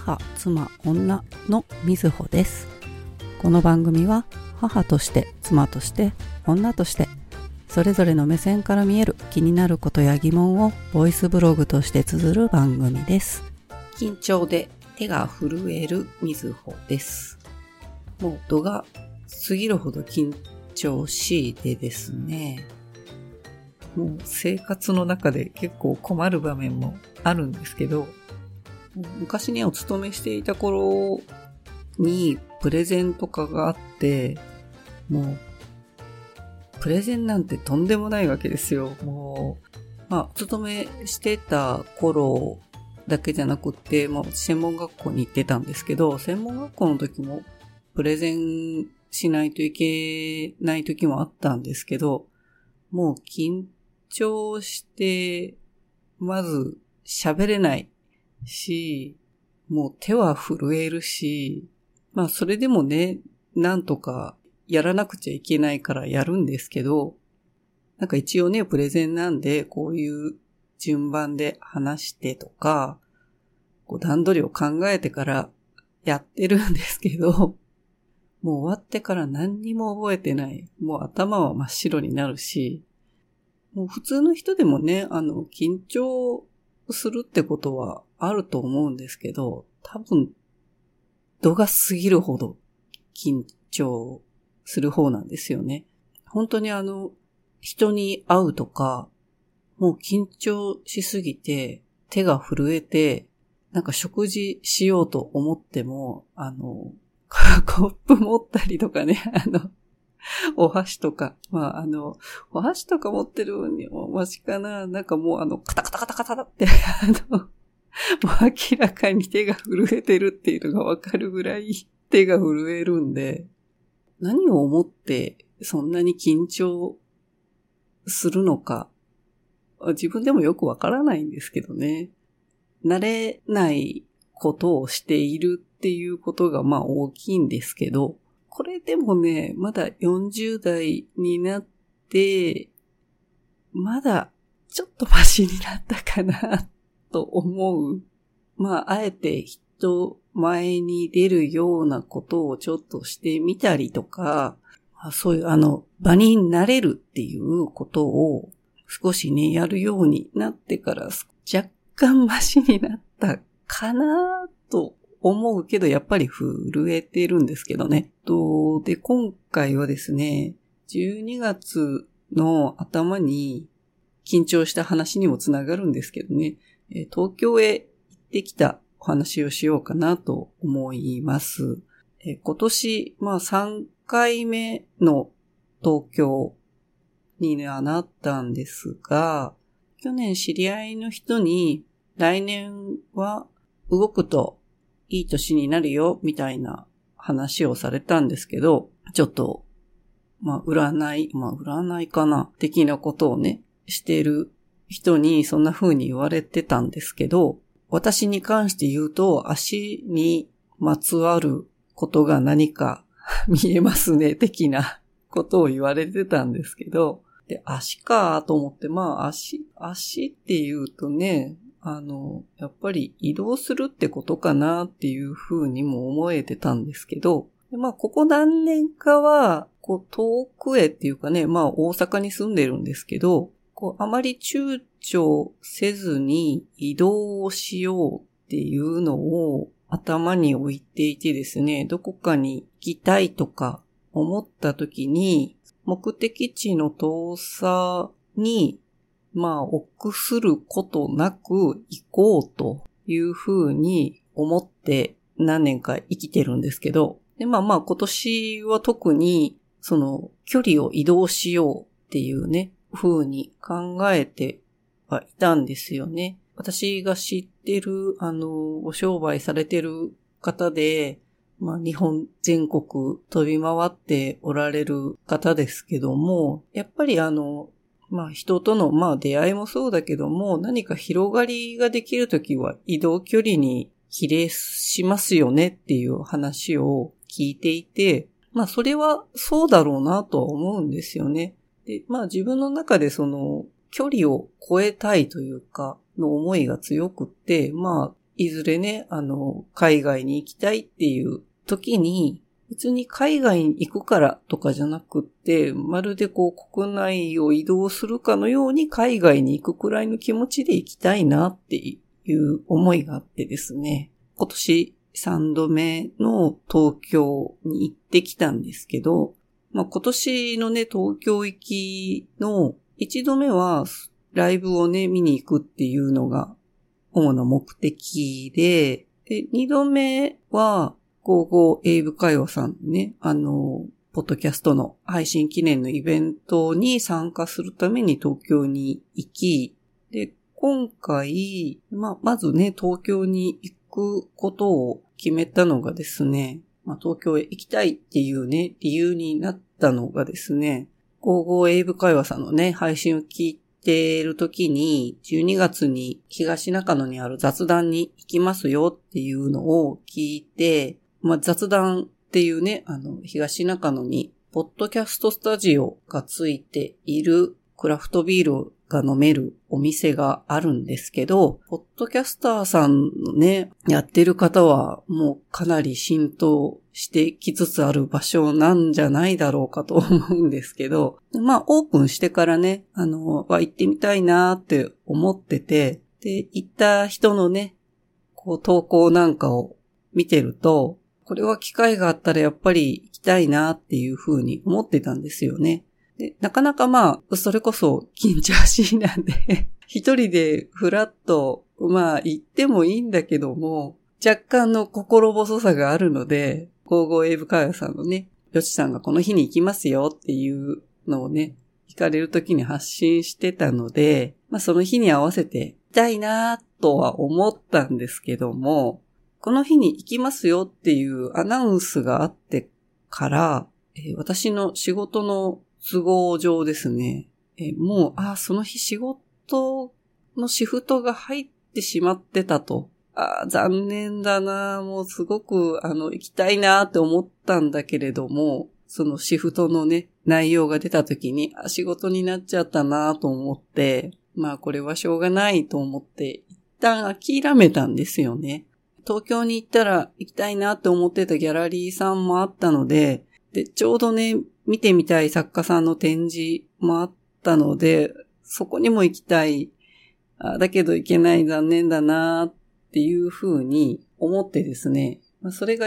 母、妻、女のみずほです。この番組は母として、妻として、女として、それぞれの目線から見える気になることや疑問をボイスブログとして綴る番組です。緊張で手が震えるみずほです。もう度が過ぎるほど緊張しいでですね、もう生活の中で結構困る場面もあるんですけど、昔にお勤めしていた頃にプレゼンとかがあって、もうプレゼンなんてとんでもないわけですよ。もうお勤めしてた頃だけじゃなくて、専門学校に行ってたんですけど、専門学校の時もプレゼンしないといけない時もあったんですけど、もう緊張してまず喋れないし、もう手は震えるし、それでもね、なんとかやらなくちゃいけないからやるんですけど、なんか一応ね、プレゼンなんでこういう順番で話してとか、段取りを考えてからやってるんですけど、もう終わってから何にも覚えてない。もう頭は真っ白になるし、もう普通の人でもね、緊張するってことはあると思うんですけど、多分、度が過ぎるほど緊張する方なんですよね。本当に人に会うとか、もう緊張しすぎて手が震えて、なんか食事しようと思っても、コップ持ったりとかね、お箸とか、お箸とか持ってる分にもマシかな。なんかもうカタカタカタカタって、もう明らかに手が震えてるっていうのがわかるぐらい手が震えるんで、何を思ってそんなに緊張するのか、自分でもよくわからないんですけどね。慣れないことをしているっていうことが大きいんですけど、これでもね、まだ40代になって、まだちょっとマシになったかなと思う。あえて人前に出るようなことをちょっとしてみたりとか、そういう場になれるっていうことを少しね、やるようになってから若干マシになったかなと思うけど、やっぱり震えてるんですけどね。で、今回はですね、12月の頭に緊張した話にもつながるんですけどね、東京へ行ってきたお話をしようかなと思います。今年、3回目の東京にはなったんですが、去年知り合いの人に来年は動くといい年になるよみたいな話をされたんですけど、ちょっと占いかな的なことをねしている人にそんな風に言われてたんですけど、私に関して言うと足にまつわることが何か見えますね的なことを言われてたんですけど、で足かと思って、足って言うとね、やっぱり移動するってことかなっていう風にも思えてたんですけど、でここ何年かは遠くへっていうかね、大阪に住んでるんですけど、あまり躊躇せずに移動をしようっていうのを頭に置いていてですね、どこかに行きたいとか思った時に、目的地の遠さに臆することなく行こうというふうに思って何年か生きてるんですけど、で今年は特にその距離を移動しようっていうね、風に考えてはいたんですよね。私が知ってるお商売されてる方で、日本全国飛び回っておられる方ですけども、やっぱり人との出会いもそうだけども、何か広がりができるときは移動距離に比例しますよねっていう話を聞いていて、それはそうだろうなとは思うんですよね。で、自分の中でその距離を超えたいというかの思いが強くって、 いずれね、海外に行きたいっていう時に、別に海外に行くからとかじゃなくって、まるで国内を移動するかのように海外に行くくらいの気持ちで行きたいなっていう思いがあってですね。今年3度目の東京に行ってきたんですけど、今年のね、東京行きの1度目はライブをね、見に行くっていうのが主な目的で、2度目は55英語会話さんね、ポッドキャストの配信記念のイベントに参加するために東京に行き、で、今回、まずね、東京に行くことを決めたのがですね、東京へ行きたいっていうね、理由になったのがですね、55英語会話さんのね、配信を聞いているときに、12月に東中野にある雑談に行きますよっていうのを聞いて、雑談っていうね、東中野に、ポッドキャストスタジオがついているクラフトビールが飲めるお店があるんですけど、ポッドキャスターさんのね、やってる方はもうかなり浸透してきつつある場所なんじゃないだろうかと思うんですけど、オープンしてからね、行ってみたいなーって思ってて、で、行った人のね、投稿なんかを見てると、これは機会があったらやっぱり行きたいなっていうふうに思ってたんですよね。で、なかなかそれこそ緊張しいなんで、一人でフラッと、行ってもいいんだけども、若干の心細さがあるので、55英語会話さんのね、よちさんがこの日に行きますよっていうのをね、聞かれる時に発信してたので、その日に合わせて行きたいなとは思ったんですけども、この日に行きますよっていうアナウンスがあってから、私の仕事の都合上ですね、もう、その日仕事のシフトが入ってしまってたと。残念だな、もうすごく、行きたいなって思ったんだけれども、そのシフトのね、内容が出た時に、仕事になっちゃったなと思って、これはしょうがないと思って、一旦諦めたんですよね。東京に行ったら行きたいなって思ってたギャラリーさんもあったので、ちょうどね、見てみたい作家さんの展示もあったので、そこにも行きたい。だけど行けない、残念だなっていうふうに思ってですね。それが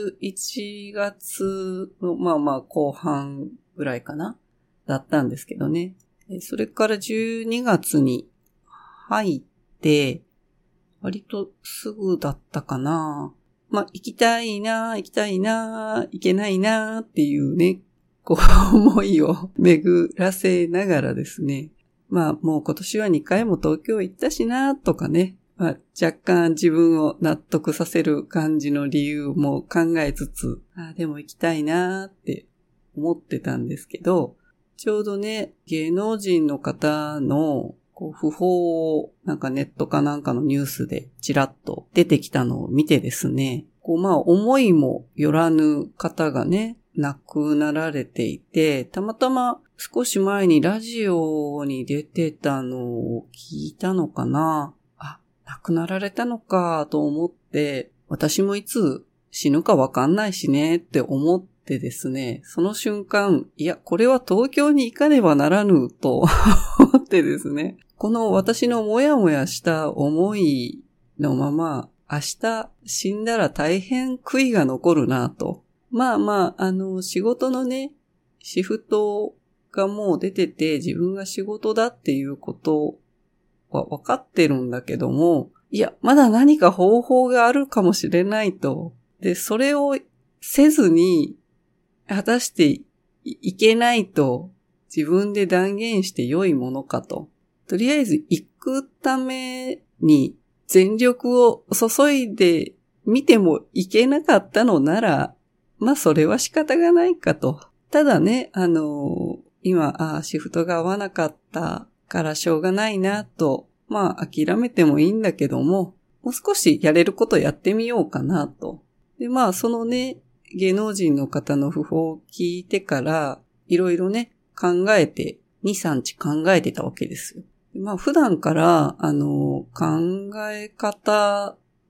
11月の後半ぐらいかなだったんですけどね。それから12月に入って、割とすぐだったかな。行きたいな、行けないなっていうね、思いを巡らせながらですね。もう今年は2回も東京行ったしなとかね。若干自分を納得させる感じの理由も考えつつ、でも行きたいなって思ってたんですけど、ちょうどね、芸能人の方の訃報をネットかなんかのニュースでちらっと出てきたのを見てですね、思いもよらぬ方がね、亡くなられていて、たまたま少し前にラジオに出てたのを聞いたのかな。亡くなられたのかと思って、私もいつ死ぬかわかんないしねって思ってですね、その瞬間、これは東京に行かねばならぬと思ってですね、この私のもやもやした思いのまま、明日死んだら大変悔いが残るなと。仕事のね、シフトがもう出てて自分が仕事だっていうことは分かってるんだけども、まだ何か方法があるかもしれないと。で、それをせずに果たしていけないと自分で断言して良いものかと。とりあえず行くために全力を注いでみてもいけなかったのなら、それは仕方がないかと。ただね、今、シフトが合わなかったからしょうがないなと、諦めてもいいんだけども、もう少しやれることやってみようかなと。で、そのね、芸能人の方の訃報を聞いてから、いろいろね、考えて、2、3日考えてたわけですよ。普段から、考え方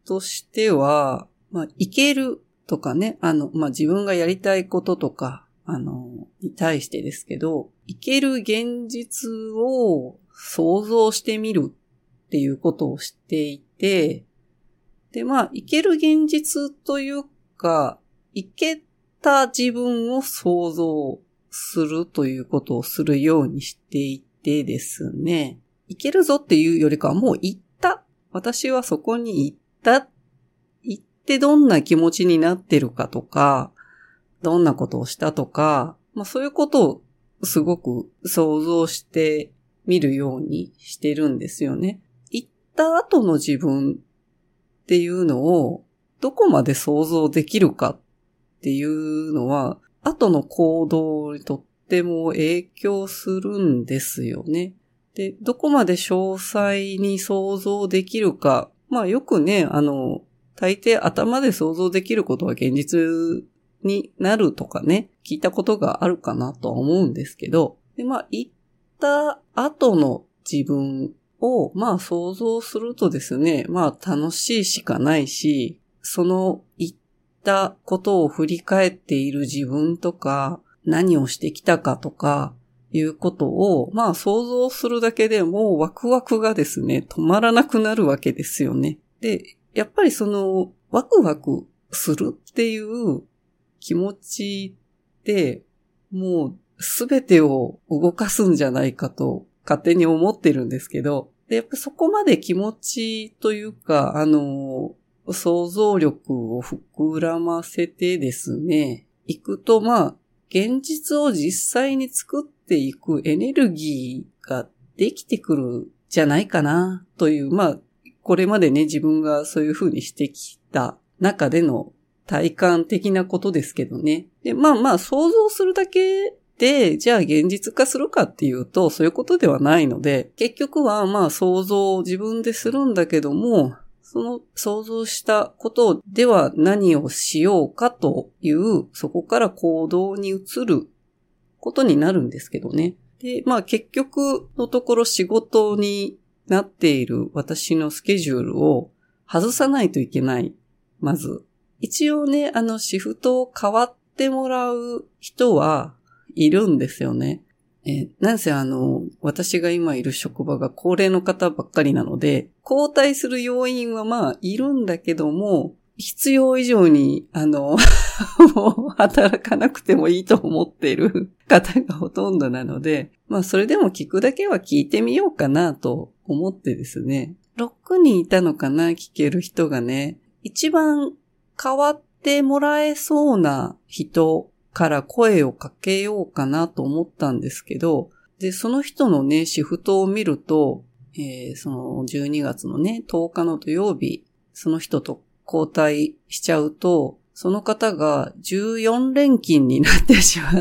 としては、いけるとかね、自分がやりたいこととか、に対してですけど、いける現実を想像してみるっていうことをしていて、で、いける現実というか、いけた自分を想像するということをするようにしていてですね、いけるぞっていうよりかはもう行った。私はそこに行った。行ってどんな気持ちになってるかとか、どんなことをしたとか、そういうことをすごく想像してみるようにしてるんですよね。行った後の自分っていうのをどこまで想像できるかっていうのは、後の行動にとっても影響するんですよね。で、どこまで詳細に想像できるか、よくね、大抵頭で想像できることは現実になるとかね、聞いたことがあるかなとは思うんですけど、で、行った後の自分を、想像するとですね、楽しいしかないし、その言ったことを振り返っている自分とか、何をしてきたかとか、いうことを、想像するだけでもうワクワクがですね、止まらなくなるわけですよね。で、やっぱりその、ワクワクするっていう気持ちって、もうすべてを動かすんじゃないかと勝手に思ってるんですけど、で、やっぱそこまで気持ちというか、想像力を膨らませてですね、いくと現実を実際に作っていくエネルギーができてくるじゃないかなという、これまでね、自分がそういうふうにしてきた中での体感的なことですけどね。で、想像するだけで、じゃあ現実化するかっていうと、そういうことではないので、結局は想像を自分でするんだけども、その想像したことでは何をしようかという、そこから行動に移ることになるんですけどね。で、結局のところ仕事になっている私のスケジュールを外さないといけない。まず。一応ね、シフトを変わってもらう人はいるんですよね。なんせ私が今いる職場が高齢の方ばっかりなので、交代する要員はいるんだけども、必要以上に、もう働かなくてもいいと思っている方がほとんどなので、それでも聞くだけは聞いてみようかなと思ってですね。6人いたのかな、聞ける人がね。一番変わってもらえそうな人から声をかけようかなと思ったんですけど、で、その人のね、シフトを見ると、その12月のね、10日の土曜日、その人と交代しちゃうと、その方が14連勤になってしまって、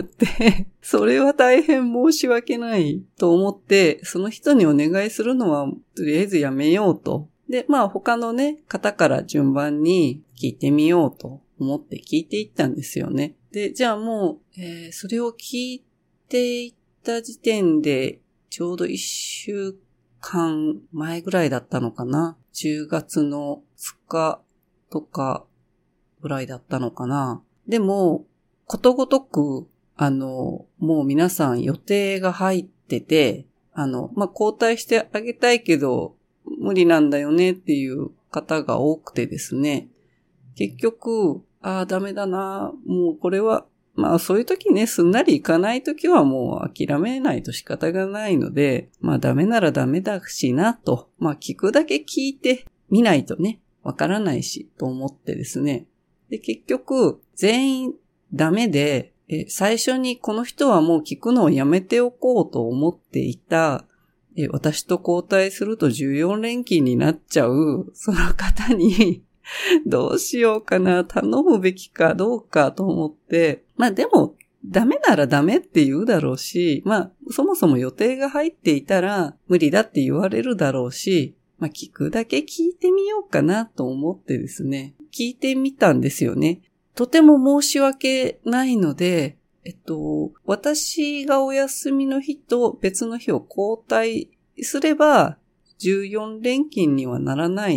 それは大変申し訳ないと思って、その人にお願いするのはとりあえずやめようと。で、他のね、方から順番に聞いてみようと思って聞いていったんですよね。で、じゃあもう、それを聞いていった時点で、ちょうど1週間前ぐらいだったのかな。10月の2日とかぐらいだったのかな。でも、ことごとく、もう皆さん予定が入ってて、交代してあげたいけど、無理なんだよねっていう方が多くてですね。結局、ダメだな、もうこれは、そういう時ね、すんなりいかない時はもう諦めないと仕方がないので、ダメならダメだしなと、聞くだけ聞いてみないとね、わからないし、と思ってですね。で、結局、全員ダメで、最初にこの人はもう聞くのをやめておこうと思っていた、私と交代すると14連勤になっちゃう、その方に、どうしようかな、頼むべきかどうかと思って、でも、ダメならダメって言うだろうし、そもそも予定が入っていたら無理だって言われるだろうし、聞くだけ聞いてみようかなと思ってですね、聞いてみたんですよね。とても申し訳ないので、私がお休みの日と別の日を交代すれば14連勤にはならない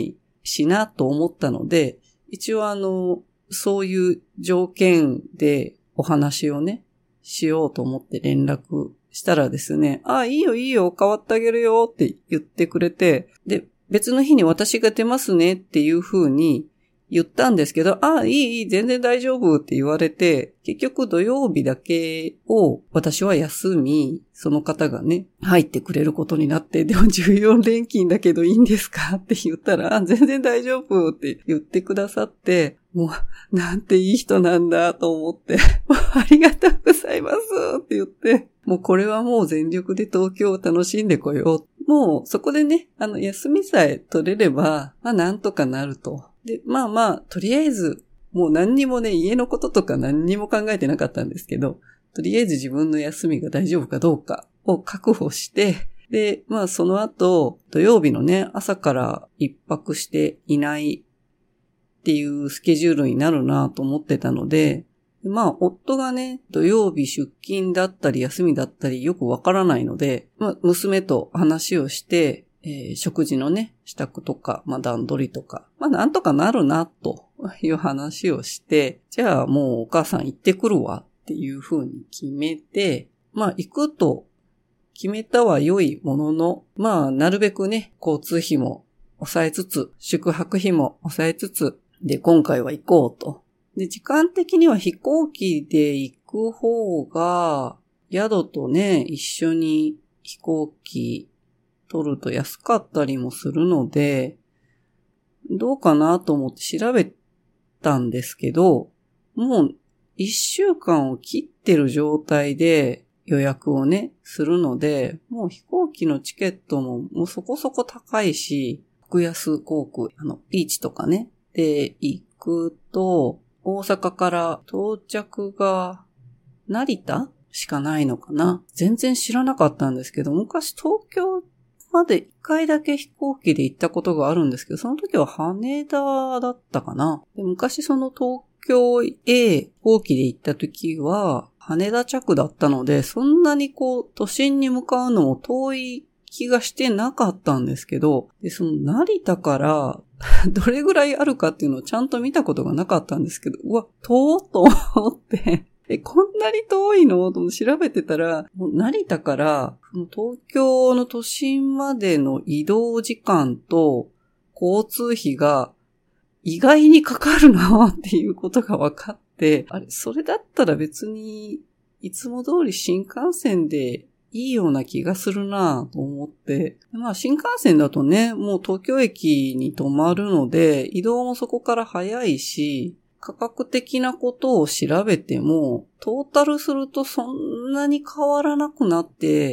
しなと思ったので、一応そういう条件でお話をね、しようと思って連絡したらですね、いいよいいよ、代わってあげるよって言ってくれて、で、別の日に私が出ますねっていう風に言ったんですけど、いい、全然大丈夫って言われて、結局土曜日だけを私は休み、その方がね、入ってくれることになって、でも14連勤だけどいいんですかって言ったら、全然大丈夫って言ってくださって、もう、なんていい人なんだと思って、ありがとうございますって言って、もうこれはもう全力で東京を楽しんでこよう。もうそこでね、休みさえ取れれば、なんとかなると。で、とりあえず、もう何にもね、家のこととか何にも考えてなかったんですけど、とりあえず自分の休みが大丈夫かどうかを確保して、で、その後、土曜日のね、朝から一泊していないっていうスケジュールになるなと思ってたので、夫がね、土曜日出勤だったり休みだったりよくわからないので、娘と話をして、食事のね、支度とか、段取りとか、なんとかなるな、という話をして、じゃあもうお母さん行ってくるわっていう風に決めて、行くと決めたは良いものの、なるべくね、交通費も抑えつつ、宿泊費も抑えつつ、で、今回は行こうと。で、時間的には飛行機で行く方が、宿とね、一緒に飛行機取ると安かったりもするので、どうかなと思って調べたんですけど、もう1週間を切ってる状態で予約をね、するので、もう飛行機のチケットももうそこそこ高いし、格安航空、ビーチとかね、で行くと、大阪から到着が成田しかないのかな。全然知らなかったんですけど、昔東京まで一回だけ飛行機で行ったことがあるんですけど、その時は羽田だったかな。で、昔その東京へ飛行機で行った時は羽田着だったので、そんなに都心に向かうのも遠い気がしてなかったんですけど、で、その成田からどれぐらいあるかっていうのをちゃんと見たことがなかったんですけど、遠っと思って、こんなに遠いのと調べてたら、もう成田から東京の都心までの移動時間と交通費が意外にかかるなっていうことが分かって、それだったら別にいつも通り新幹線でいいような気がするなと思って。新幹線だとね、もう東京駅に止まるので、移動もそこから早いし、価格的なことを調べても、トータルするとそんなに変わらなくなって、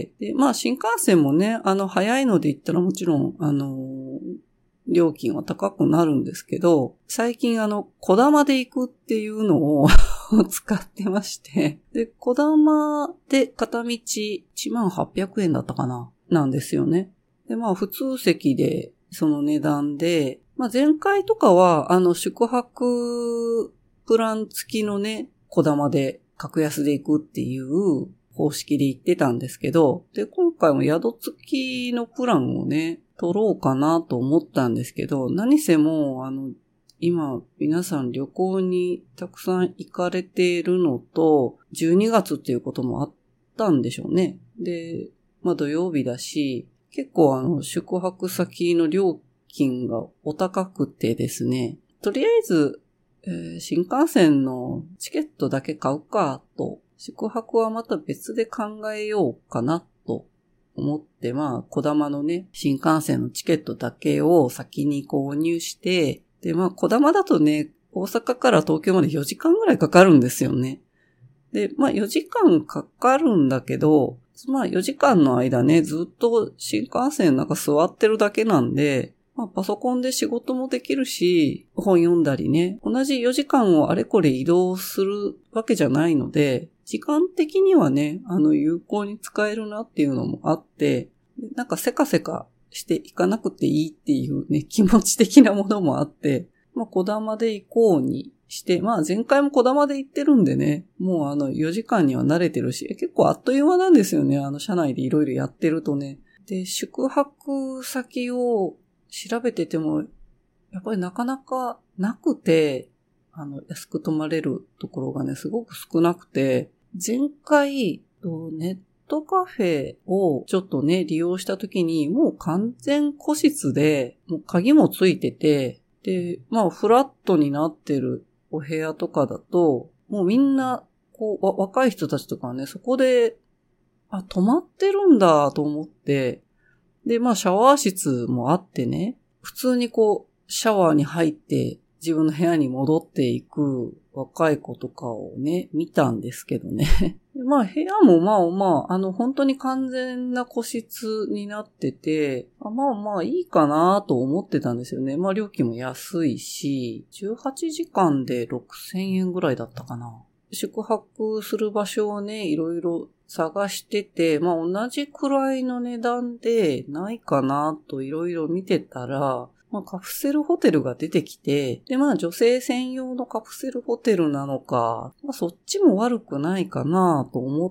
で、新幹線もね、早いので言ったらもちろん、料金は高くなるんですけど、最近こだまで行くっていうのを使ってまして、で、こだまで片道18,800円だったかななんですよね。で、普通席でその値段で、前回とかは宿泊プラン付きのね、こだまで格安で行くっていう方式で行ってたんですけど、で、今回も宿付きのプランをね、取ろうかなと思ったんですけど、何せも今皆さん旅行にたくさん行かれているのと、12月っていうこともあったんでしょうね。で、土曜日だし、結構宿泊先の料金がお高くてですね、とりあえず、新幹線のチケットだけ買うかと、宿泊はまた別で考えようかなと思って、こだまのね、新幹線のチケットだけを先に購入して、で、こだまだとね、大阪から東京まで4時間ぐらいかかるんですよね。で、4時間かかるんだけど、4時間の間ね、ずっと新幹線の中座ってるだけなんで、パソコンで仕事もできるし、本読んだりね、同じ4時間をあれこれ移動するわけじゃないので、時間的にはね、有効に使えるなっていうのもあって、せかせかしていかなくていいっていうね、気持ち的なものもあって、こだまで行こうにして、前回もこだまで行ってるんでね、もう4時間には慣れてるし、結構あっという間なんですよね、車内でいろいろやってるとね。で、宿泊先を調べてても、 やっぱりなかなかなくて、安く泊まれるところがね、すごく少なくて、前回、ネットカフェをちょっとね、利用した時に、もう完全個室で、もう鍵もついてて、で、フラットになってるお部屋とかだと、もうみんな、若い人たちとかはね、そこで、泊まってるんだと思って、で、シャワー室もあってね、普通にシャワーに入って自分の部屋に戻っていく若い子とかをね、見たんですけどね。部屋も本当に完全な個室になってて、いいかなと思ってたんですよね。料金も安いし、18時間で6000円ぐらいだったかな。宿泊する場所をね、いろいろ探してて、同じくらいの値段でないかなといろいろ見てたら、カプセルホテルが出てきて、で、女性専用のカプセルホテルなのか、そっちも悪くないかなと思って、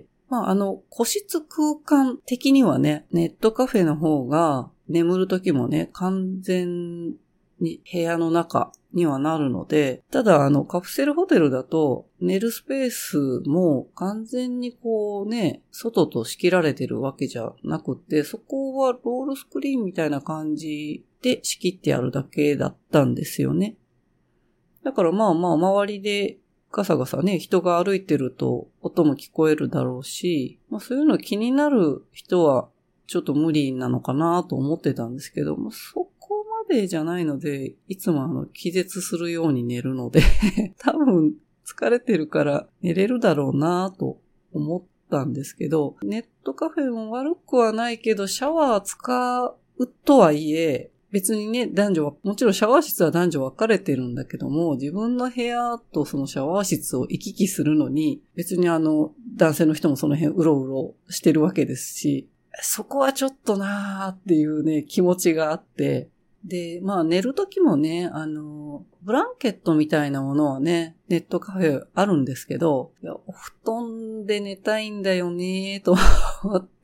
個室空間的にはね、ネットカフェの方が眠る時もね、完全に部屋の中にはなるので、ただカプセルホテルだと寝るスペースも完全に外と仕切られてるわけじゃなくて、そこはロールスクリーンみたいな感じで仕切ってあるだけだったんですよね。だから周りでガサガサね、人が歩いてると音も聞こえるだろうし、そういうの気になる人はちょっと無理なのかなと思ってたんですけど、そこまでじゃないので、いつも気絶するように寝るので、多分疲れてるから寝れるだろうなと思ったんですけど、ネットカフェも悪くはないけど、シャワー使うとはいえ、別にね、もちろんシャワー室は男女分かれてるんだけども、自分の部屋とそのシャワー室を行き来するのに、別に男性の人もその辺うろうろしてるわけですし、そこはちょっとなーっていうね、気持ちがあって、で、寝るときもね、ブランケットみたいなものはね、ネットカフェあるんですけど、お布団で寝たいんだよねーと思って、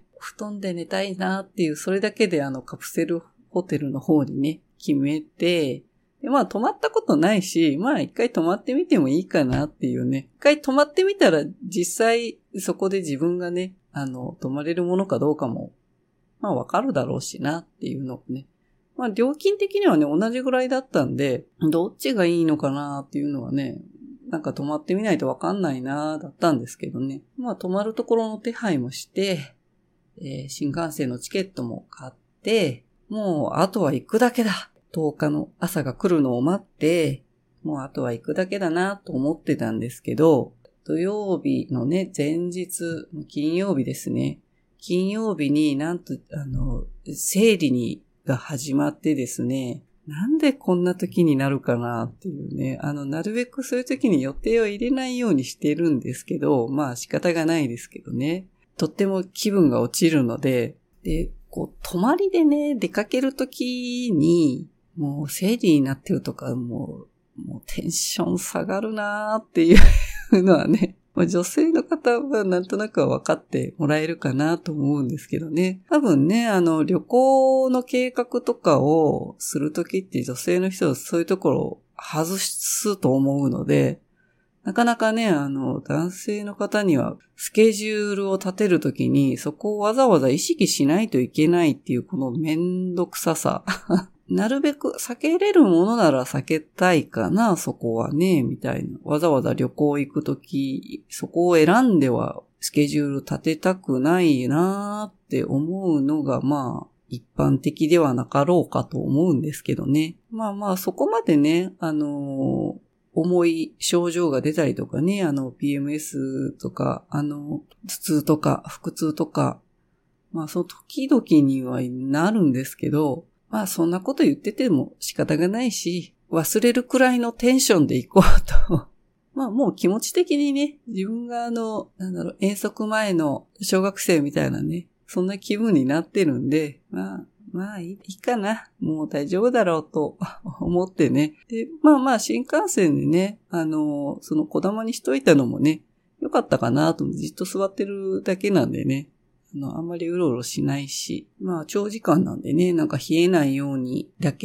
布団で寝たいなーっていう、それだけでカプセルホテルの方にね、決めて、で、泊まったことないし、一回泊まってみてもいいかなっていうね。一回泊まってみたら、実際そこで自分がね、泊まれるものかどうかも、わかるだろうしなっていうのをね。料金的にはね、同じぐらいだったんで、どっちがいいのかなっていうのはね、泊まってみないとわかんないなだったんですけどね。泊まるところの手配もして、新幹線のチケットも買って、もうあとは行くだけだ。10日の朝が来るのを待って、もうあとは行くだけだなと思ってたんですけど、土曜日のね、前日、金曜日ですね。金曜日になんと、生理が始まってですね、なんでこんな時になるかなっていうね、なるべくそういう時に予定を入れないようにしてるんですけど、仕方がないですけどね。とっても気分が落ちるので、で、泊まりでね、出かけるときに、もう生理になってるとか、もうテンション下がるなーっていうのはね、女性の方はなんとなくは分かってもらえるかなと思うんですけどね。多分ね、旅行の計画とかをするときって女性の人はそういうところを外すと思うので、なかなかね、男性の方にはスケジュールを立てるときにそこをわざわざ意識しないといけないっていうこのめんどくささ。なるべく避けれるものなら避けたいかな、そこはね、みたいな。わざわざ旅行行くとき、そこを選んではスケジュール立てたくないなって思うのが一般的ではなかろうかと思うんですけどね。そこまでね、重い症状が出たりとかね、PMS とか、頭痛とか、腹痛とか、その時々にはなるんですけど、そんなこと言ってても仕方がないし、忘れるくらいのテンションで行こうと。もう気持ち的にね、自分が遠足前の小学生みたいなね、そんな気分になってるんで、いいかな。もう大丈夫だろうと思ってね。で、新幹線でね、その小玉にしといたのもね、よかったかなと思ってじっと座ってるだけなんでね。あんまりうろうろしないし、長時間なんでね、冷えないようにだけ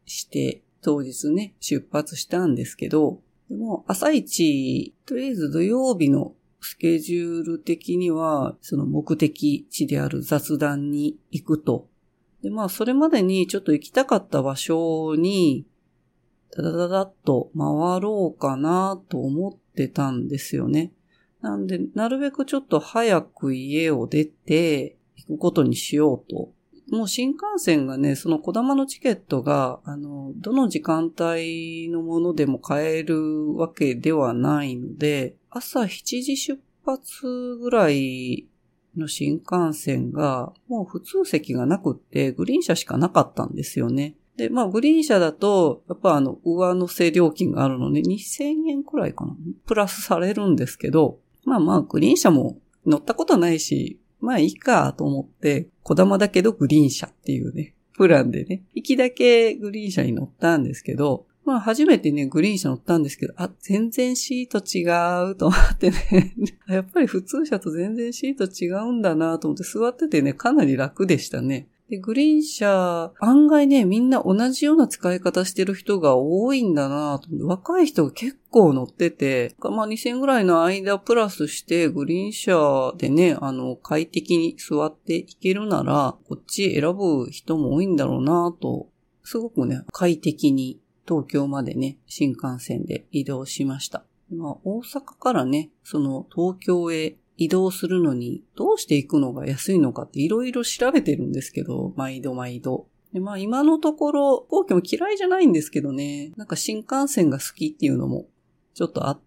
して当日ね、出発したんですけど、でも朝一、とりあえず土曜日のスケジュール的には、その目的地である雑談に行くと。で、それまでにちょっと行きたかった場所に、ダダダダッと回ろうかなと思ってたんですよね。なんで、なるべくちょっと早く家を出て行くことにしようと。もう新幹線がね、そのこだまのチケットが、どの時間帯のものでも買えるわけではないので、朝7時出発ぐらいの新幹線が、もう普通席がなくって、グリーン車しかなかったんですよね。で、グリーン車だと、やっぱ上乗せ料金があるので、2000円くらいかな。プラスされるんですけど、グリーン車も乗ったことないし、いいかと思って、こだまだけどグリーン車っていうね、プランでね、行きだけグリーン車に乗ったんですけど、初めてね、グリーン車乗ったんですけど、全然シート違うと思ってね、やっぱり普通車と全然シート違うんだなと思って座っててね、かなり楽でしたね。で、グリーン車、案外ね、みんな同じような使い方してる人が多いんだなと思って、若い人が結構乗ってて、2000円ぐらいの間プラスして、グリーン車でね、快適に座っていけるなら、こっち選ぶ人も多いんだろうなと、すごくね、快適に東京までね、新幹線で移動しました。大阪からね、その東京へ移動するのにどうして行くのが安いのかっていろいろ調べてるんですけど、毎度。で、今のところ、飛行機も嫌いじゃないんですけどね、なんか新幹線が好きっていうのもちょっとあって、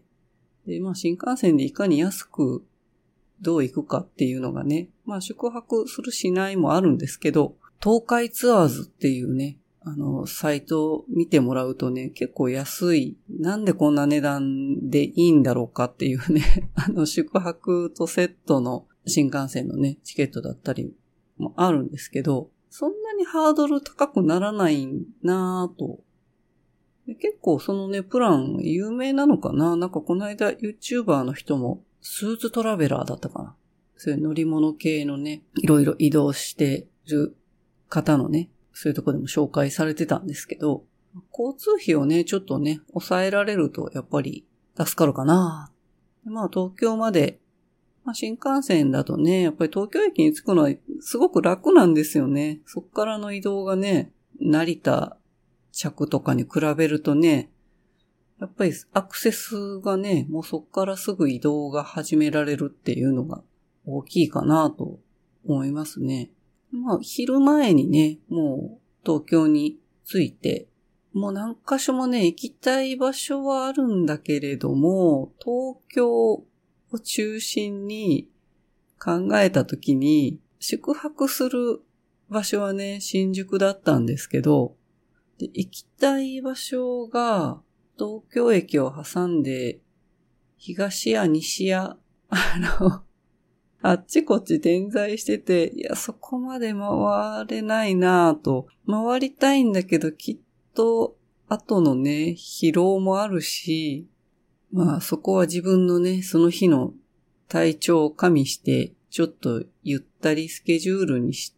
で、新幹線でいかに安くどう行くかっていうのがね、宿泊するしないもあるんですけど、東海ツアーズっていうね、サイトを見てもらうとね、結構安い。なんでこんな値段でいいんだろうかっていうね、宿泊とセットの新幹線のね、チケットだったりもあるんですけど、そんなにハードル高くならないなぁと。で結構そのね、プラン有名なのかな？なんかこの間 YouTuber の人もスーツトラベラーだったかな。そういう乗り物系のね、いろいろ移動してる方のね、そういうとこでも紹介されてたんですけど、交通費をね、ちょっとね、抑えられるとやっぱり助かるかな。東京まで、新幹線だとね、やっぱり東京駅に着くのはすごく楽なんですよね。そっからの移動がね、成田着とかに比べるとね、やっぱりアクセスがね、もうそっからすぐ移動が始められるっていうのが大きいかなと思いますね。昼前にね、もう東京に着いて、もう何箇所もね、行きたい場所はあるんだけれども、東京を中心に考えたときに、宿泊する場所はね、新宿だったんですけど、で行きたい場所が、東京駅を挟んで、東や西や、あっちこっち点在してて、いや、そこまで回れないなぁと。回りたいんだけど、きっと、後のね、疲労もあるし、そこは自分のね、その日の体調を加味して、ちょっとゆったりスケジュールにして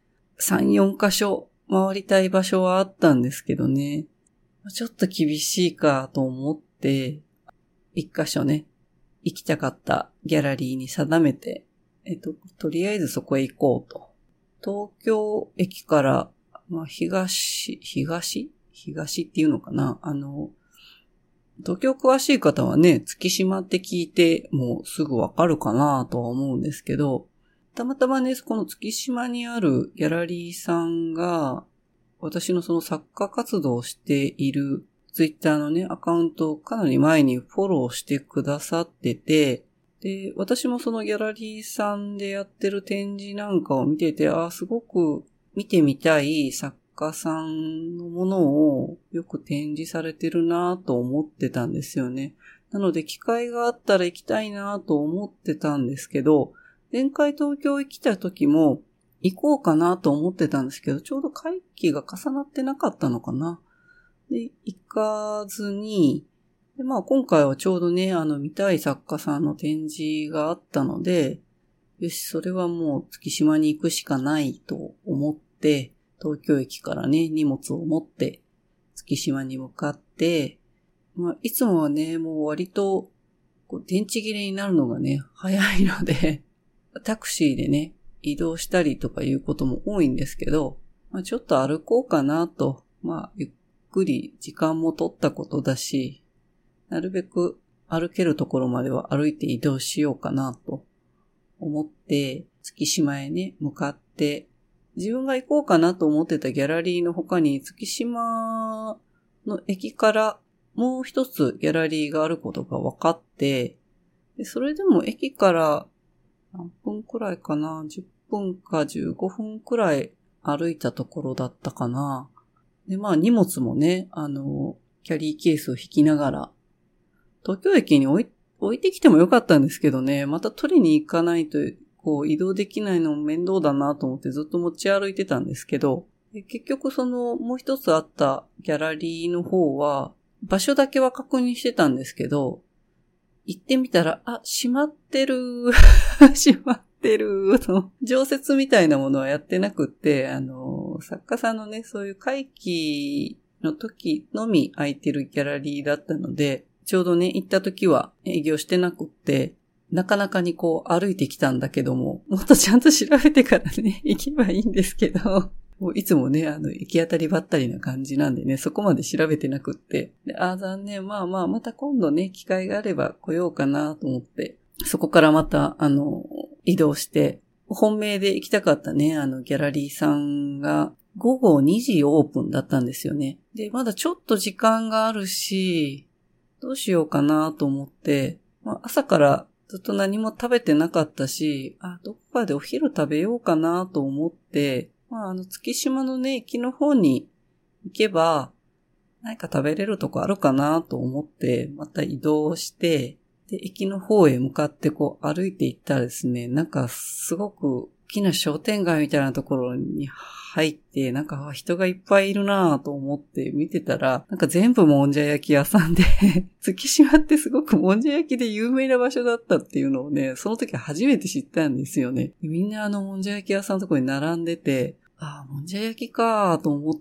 、3、4箇所回りたい場所はあったんですけどね、ちょっと厳しいかと思って、1箇所ね、行きたかったギャラリーに定めて、とりあえずそこへ行こうと。東京駅から、東っていうのかな？東京詳しい方はね、月島って聞いてもうすぐわかるかなとは思うんですけど、たまたまね、この月島にあるギャラリーさんが、私のその作家活動をしているツイッターのね、アカウントをかなり前にフォローしてくださってて、で、私もそのギャラリーさんでやってる展示なんかを見てて、すごく見てみたい作家さんのものをよく展示されてるなと思ってたんですよね。なので機会があったら行きたいなと思ってたんですけど、前回東京行きた時も行こうかなと思ってたんですけど、ちょうど会期が重なってなかったのかな。で、行かずに、で、今回はちょうどね、見たい作家さんの展示があったので、よし、それはもう月島に行くしかないと思って、 東京駅からね、荷物を持って月島に向かって、いつもはね、もう割と電池切れになるのがね、早いので、タクシーでね、移動したりとかいうことも多いんですけど、ちょっと歩こうかなと、ゆっくり時間も取ったことだし、なるべく歩けるところまでは歩いて移動しようかなと思って、月島へね、向かって、自分が行こうかなと思ってたギャラリーの他に月島の駅からもう一つギャラリーがあることが分かって、でそれでも駅から何分くらいかな、10分か15分くらい歩いたところだったかな。で、荷物もね、キャリーケースを引きながら、東京駅に置いてきてもよかったんですけどね、また取りに行かないと、移動できないのも面倒だなと思ってずっと持ち歩いてたんですけど、結局もう一つあったギャラリーの方は、場所だけは確認してたんですけど、行ってみたら、閉まってる、閉まってる、常設みたいなものはやってなくって、作家さんのね、そういう会期の時のみ空いてるギャラリーだったので、ちょうどね、行った時は営業してなくって、なかなかに歩いてきたんだけども、もっとちゃんと調べてからね、行けばいいんですけど、もういつもね、行き当たりばったりな感じなんでね、そこまで調べてなくって。で残念。また今度ね、機会があれば来ようかなと思って、そこからまた、移動して、本命で行きたかったね、ギャラリーさんが、午後2時オープンだったんですよね。で、まだちょっと時間があるし、どうしようかなと思って、朝からずっと何も食べてなかったし、どこかでお昼食べようかなと思って、月島のね、駅の方に行けば、何か食べれるとこあるかなと思って、また移動して、で、駅の方へ向かって歩いていったらですね、すごく大きな商店街みたいなところに入って、人がいっぱいいるなと思って見てたら、全部もんじゃ焼き屋さんで、月島ってすごくもんじゃ焼きで有名な場所だったっていうのをね、その時初めて知ったんですよね。みんなもんじゃ焼き屋さんのところに並んでて、もんじゃ焼きかと思って、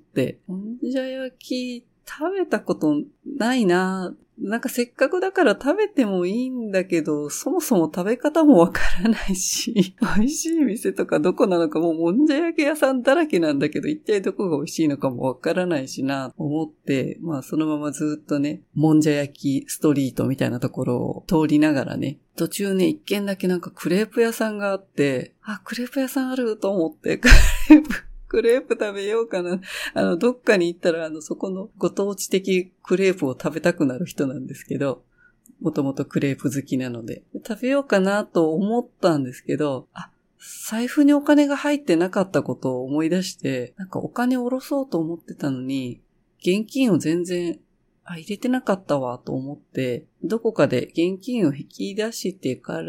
もんじゃ焼き食べたことないな。せっかくだから食べてもいいんだけど、そもそも食べ方もわからないし、美味しい店とかどこなのかもんじゃ焼き屋さんだらけなんだけど、一体どこが美味しいのかもわからないしな、思って、そのままずっとね、もんじゃ焼きストリートみたいなところを通りながらね、途中ね、一軒だけクレープ屋さんがあって、クレープ屋さんあると思って、クレープ食べようかな。どっかに行ったら、そこのご当地的クレープを食べたくなる人なんですけど、もともとクレープ好きなので。食べようかなと思ったんですけど、財布にお金が入ってなかったことを思い出して、お金を下ろそうと思ってたのに、現金を全然、入れてなかったわと思って、どこかで現金を引き出してから、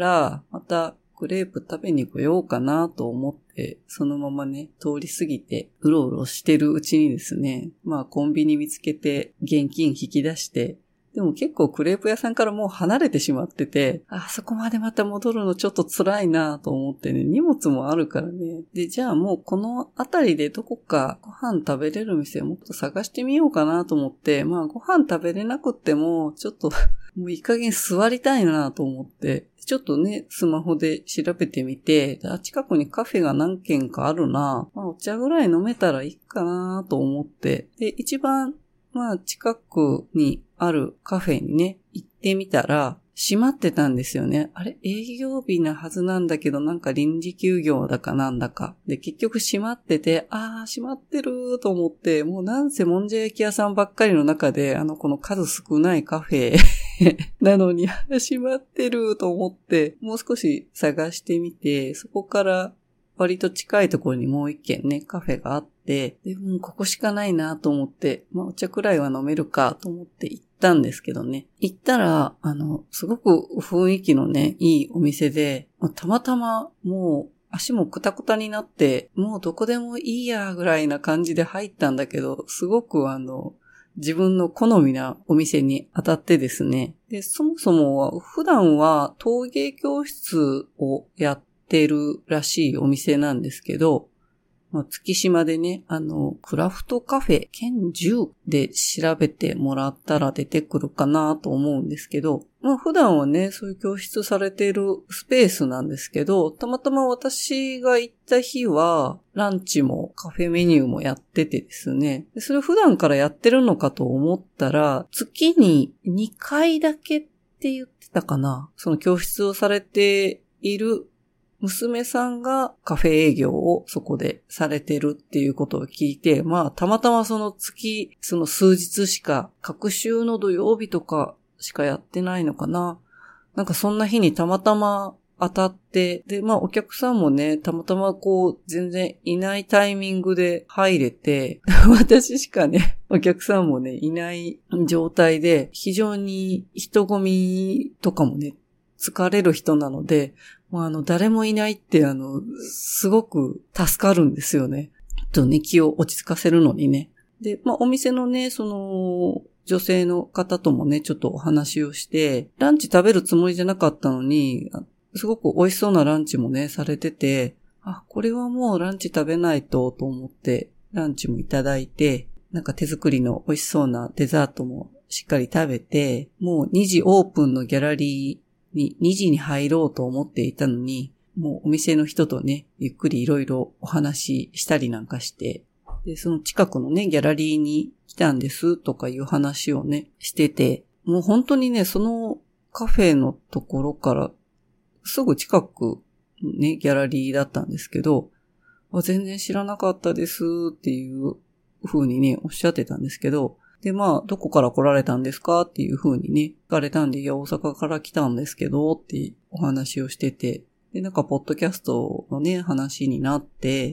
また、クレープ食べに来ようかなと思って、そのままね、通り過ぎて、うろうろしてるうちにですね、コンビニ見つけて、現金引き出して、でも結構クレープ屋さんからもう離れてしまってて、そこまでまた戻るのちょっと辛いなと思ってね、荷物もあるからね。で、じゃあもうこの辺りでどこかご飯食べれる店をもっと探してみようかなと思って、ご飯食べれなくっても、ちょっともういい加減座りたいなと思って、ちょっとね、スマホで調べてみて、近くにカフェが何軒かあるな、お茶ぐらい飲めたらいいかなと思って、で、一番、近くにあるカフェにね、行ってみたら、閉まってたんですよね。営業日なはずなんだけど、臨時休業だかなんだか。で、結局閉まってて、閉まってると思って、もうなんせもんじゃ焼き屋さんばっかりの中で、この数少ないカフェなのに、閉まってると思って、もう少し探してみて、そこから割と近いところにもう一軒ね、カフェがあって、で、もうここしかないなと思って、お茶くらいは飲めるかと思って行ったんですけどね。行ったら、すごく雰囲気のね、いいお店で、たまたまもう足もクタクタになって、もうどこでもいいやぐらいな感じで入ったんだけど、すごく自分の好みなお店に当たってですね。で、そもそもは普段は陶芸教室をやってるらしいお店なんですけど、 月島でね、クラフトカフェ兼10で調べてもらったら出てくるかなと思うんですけど、普段はね、そういう教室されているスペースなんですけど、たまたま私が行った日は、ランチもカフェメニューもやっててですね、それ普段からやってるのかと思ったら、月に2回だけって言ってたかな。その教室をされている娘さんがカフェ営業をそこでされてるっていうことを聞いて、たまたまその数日しか、隔週の土曜日とかしかやってないのかな。なんかそんな日にたまたま当たって、で、お客さんもね、たまたま全然いないタイミングで入れて、私しかね、お客さんもね、いない状態で、非常に人混みとかもね、疲れる人なので、誰もいないって、すごく助かるんですよね。気を落ち着かせるのにね。で、お店のね、女性の方ともね、ちょっとお話をして、ランチ食べるつもりじゃなかったのに、すごく美味しそうなランチもね、されてて、これはもうランチ食べないと思って、ランチもいただいて、なんか手作りの美味しそうなデザートもしっかり食べて、もう2時オープンのギャラリー、2時に入ろうと思っていたのに、もうお店の人とね、ゆっくりいろいろお話ししたりなんかして、で、その近くのね、ギャラリーに来たんですとかいう話をね、してて、もう本当にね、そのカフェのところからすぐ近くね、ギャラリーだったんですけど、全然知らなかったですっていう風にね、おっしゃってたんですけど、で、どこから来られたんですかっていう風にね、聞かれたんで、いや、大阪から来たんですけど、ってお話をしてて、で、なんか、ポッドキャストのね、話になって、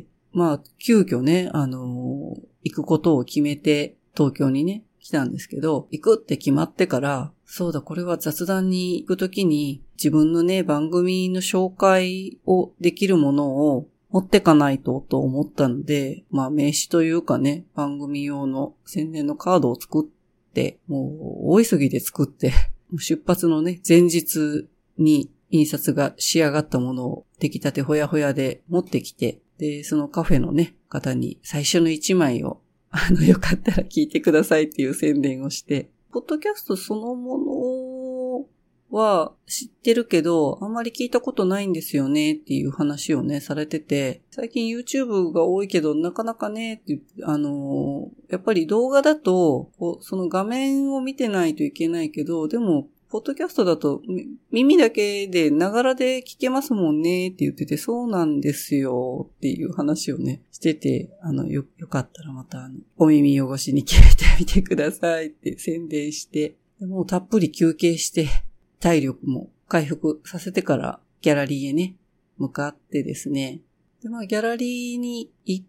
急遽ね、行くことを決めて、東京にね、来たんですけど、行くって決まってから、そうだ、これは雑談に行くときに、自分のね、番組の紹介をできるものを、持ってかないと思ったので、名刺というかね、番組用の宣伝のカードを作って、もう大急ぎで作って、出発のね、前日に印刷が仕上がったものを出来たてほやほやで持ってきて、で、そのカフェのね、方に最初の1枚を、よかったら聞いてくださいっていう宣伝をして、ポッドキャストそのものは知ってるけど、あんまり聞いたことないんですよねっていう話をね、されてて、最近 YouTube が多いけど、なかなかね、ってやっぱり動画だと、その画面を見てないといけないけど、でも、ポッドキャストだと耳だけでながらで聞けますもんねって言ってて、そうなんですよっていう話をね、してて、よかったらまたお耳汚しに聞いてみてくださいって宣伝して、でもうたっぷり休憩して、体力も回復させてからギャラリーへね、向かってですね。で、ギャラリーに行って、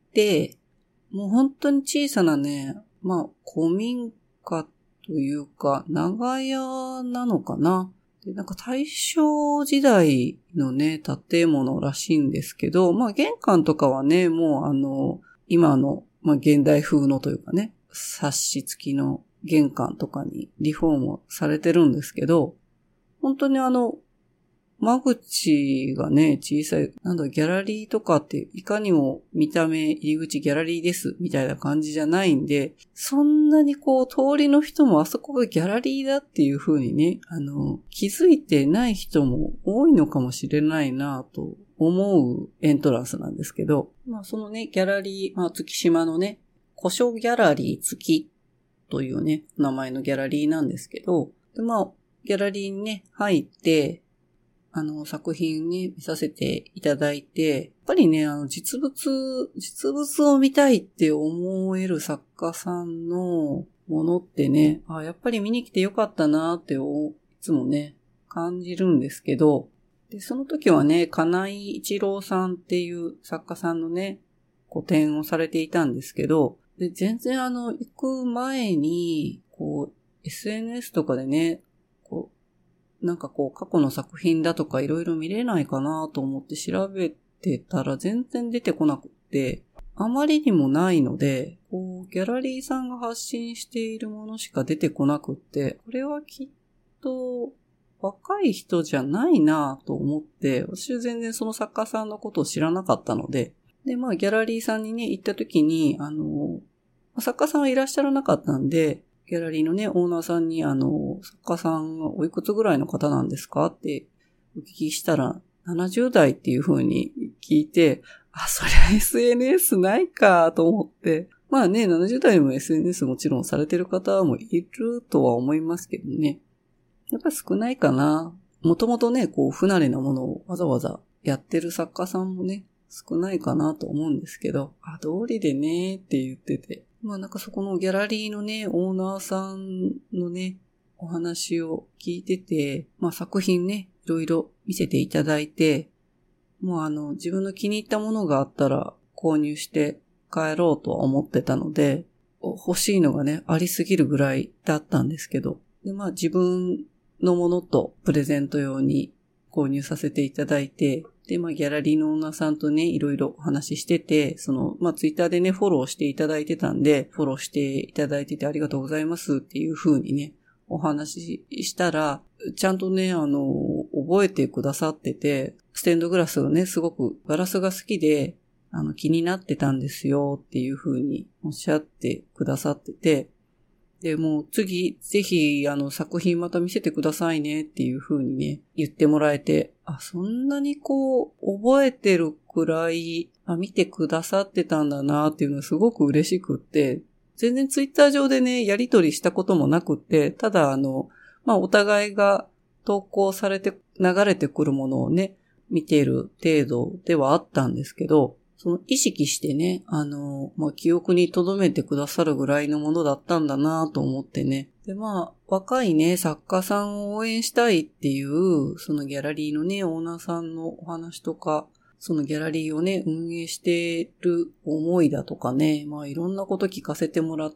もう本当に小さなね、古民家というか、長屋なのかな。で、なんか大正時代のね、建物らしいんですけど、玄関とかはね、もう今の、現代風のというかね、サッシ付きの玄関とかにリフォームされてるんですけど、本当に間口がね、小さい、ギャラリーとかっていかにも見た目入り口ギャラリーですみたいな感じじゃないんで、そんなに通りの人もあそこがギャラリーだっていう風にね、気づいてない人も多いのかもしれないなと思うエントランスなんですけど、そのね、ギャラリー、月島のね、古書ギャラリー月というね、名前のギャラリーなんですけど、で、ギャラリーにね、入って、作品ね、見させていただいて、やっぱりね、実物を見たいって思える作家さんのものってね、やっぱり見に来てよかったなっていつもね、感じるんですけど、で、その時はね、金井一郎さんっていう作家さんのね、個展をされていたんですけど、で、全然行く前に、SNS とかでね、過去の作品だとかいろいろ見れないかなと思って調べてたら全然出てこなくって、あまりにもないので、ギャラリーさんが発信しているものしか出てこなくって、これはきっと若い人じゃないなと思って、私は全然その作家さんのことを知らなかったので、 で、ギャラリーさんにね、行った時に、作家さんはいらっしゃらなかったんで、ギャラリーのね、オーナーさんに、作家さんはおいくつぐらいの方なんですかってお聞きしたら、70代っていう風に聞いて、そりゃ SNS ないかと思って。70代も SNS もちろんされてる方もいるとは思いますけどね。やっぱり少ないかな。もともとね、不慣れなものをわざわざやってる作家さんもね、少ないかなと思うんですけど、道理でねって言ってて。そこのギャラリーのね、オーナーさんのね、お話を聞いてて、作品ね、いろいろ見せていただいて、自分の気に入ったものがあったら購入して帰ろうとは思ってたので、欲しいのがね、ありすぎるぐらいだったんですけど、で、自分のものとプレゼント用に購入させていただいて、で、ギャラリーのオーナーさんとね、いろいろお話ししてて、ツイッターでね、フォローしていただいてたんで、フォローしていただいててありがとうございますっていう風にね、お話ししたら、ちゃんとね、覚えてくださってて、ステンドグラスがね、すごくガラスが好きで、気になってたんですよっていう風におっしゃってくださってて、で、もう次、ぜひ、作品また見せてくださいねっていう風にね、言ってもらえて、そんなに覚えてるくらい、見てくださってたんだなっていうのはすごく嬉しくって、全然ツイッター上でね、やりとりしたこともなくって、ただお互いが投稿されて流れてくるものをね、見ている程度ではあったんですけど、その意識してね、記憶に留めてくださるぐらいのものだったんだなと思ってね。で、若いね、作家さんを応援したいっていう、そのギャラリーのね、オーナーさんのお話とか、そのギャラリーをね、運営してる思いだとかね、いろんなこと聞かせてもらって、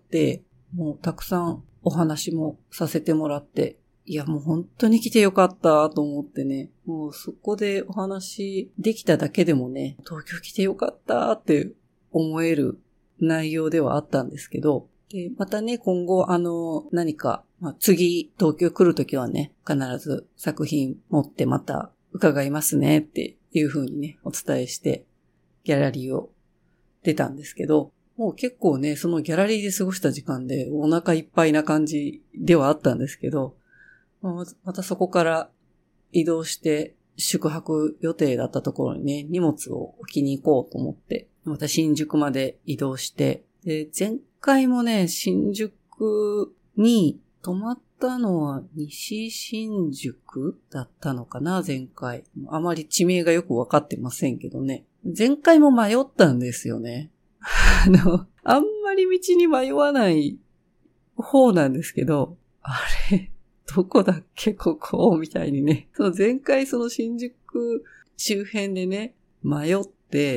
もうたくさんお話もさせてもらって、いやもう本当に来てよかったと思ってね、もうそこでお話できただけでもね、東京来てよかったって思える内容ではあったんですけど、でまたね、今後何か、次東京来るときはね、必ず作品持ってまた伺いますねっていう風にね、お伝えしてギャラリーを出たんですけど、もう結構ね、そのギャラリーで過ごした時間でお腹いっぱいな感じではあったんですけど、またそこから移動して宿泊予定だったところにね、荷物を置きに行こうと思って、また新宿まで移動して、で、前回もね、新宿に泊まったのは西新宿だったのかな、前回。あまり地名がよくわかってませんけどね。前回も迷ったんですよね。あんまり道に迷わない方なんですけど、あれどこだっけここみたいにね。前回その新宿周辺でね、迷って、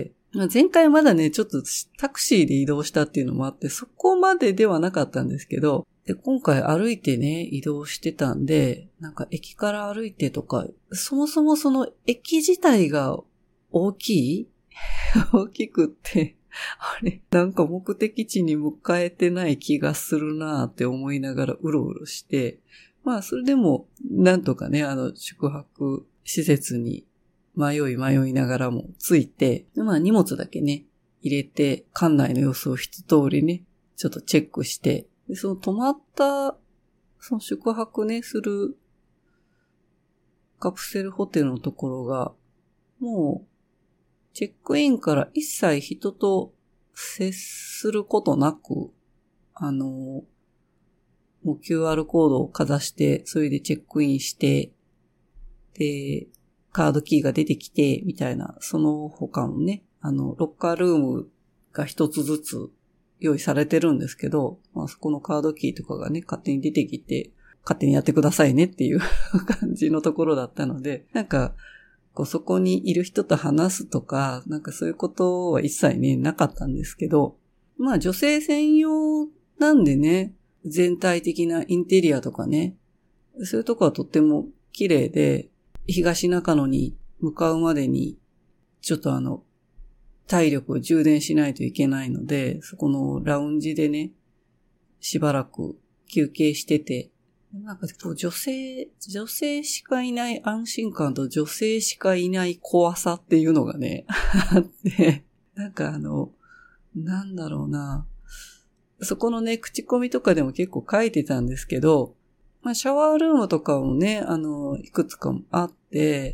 前回まだね、ちょっとタクシーで移動したっていうのもあって、そこまでではなかったんですけど、で、今回歩いてね、移動してたんで、駅から歩いてとか、そもそもその駅自体が大きくって、目的地に迎えてない気がするなーって思いながらうろうろして、それでも、なんとかね、宿泊施設に迷いながらも着いて、荷物だけね、入れて、館内の様子を一通りね、ちょっとチェックして、でその泊まった、その宿泊ね、するカプセルホテルのところが、もう、チェックインから一切人と接することなく、もう QR コードをかざして、それでチェックインして、で、カードキーが出てきて、みたいな、その他のね、ロッカールームが一つずつ用意されてるんですけど、そこのカードキーとかがね、勝手に出てきて、勝手にやってくださいねっていう感じのところだったので、そこにいる人と話すとか、そういうことは一切ね、なかったんですけど、女性専用なんでね、全体的なインテリアとかね、そういうとこはとっても綺麗で、東中野に向かうまでに、ちょっと体力を充電しないといけないので、そこのラウンジでね、しばらく休憩してて、女性しかいない安心感と女性しかいない怖さっていうのがね、あって、 なんかなんだろうな。そこのね、口コミとかでも結構書いてたんですけど、まあ、シャワールームとかもね、いくつかもあって、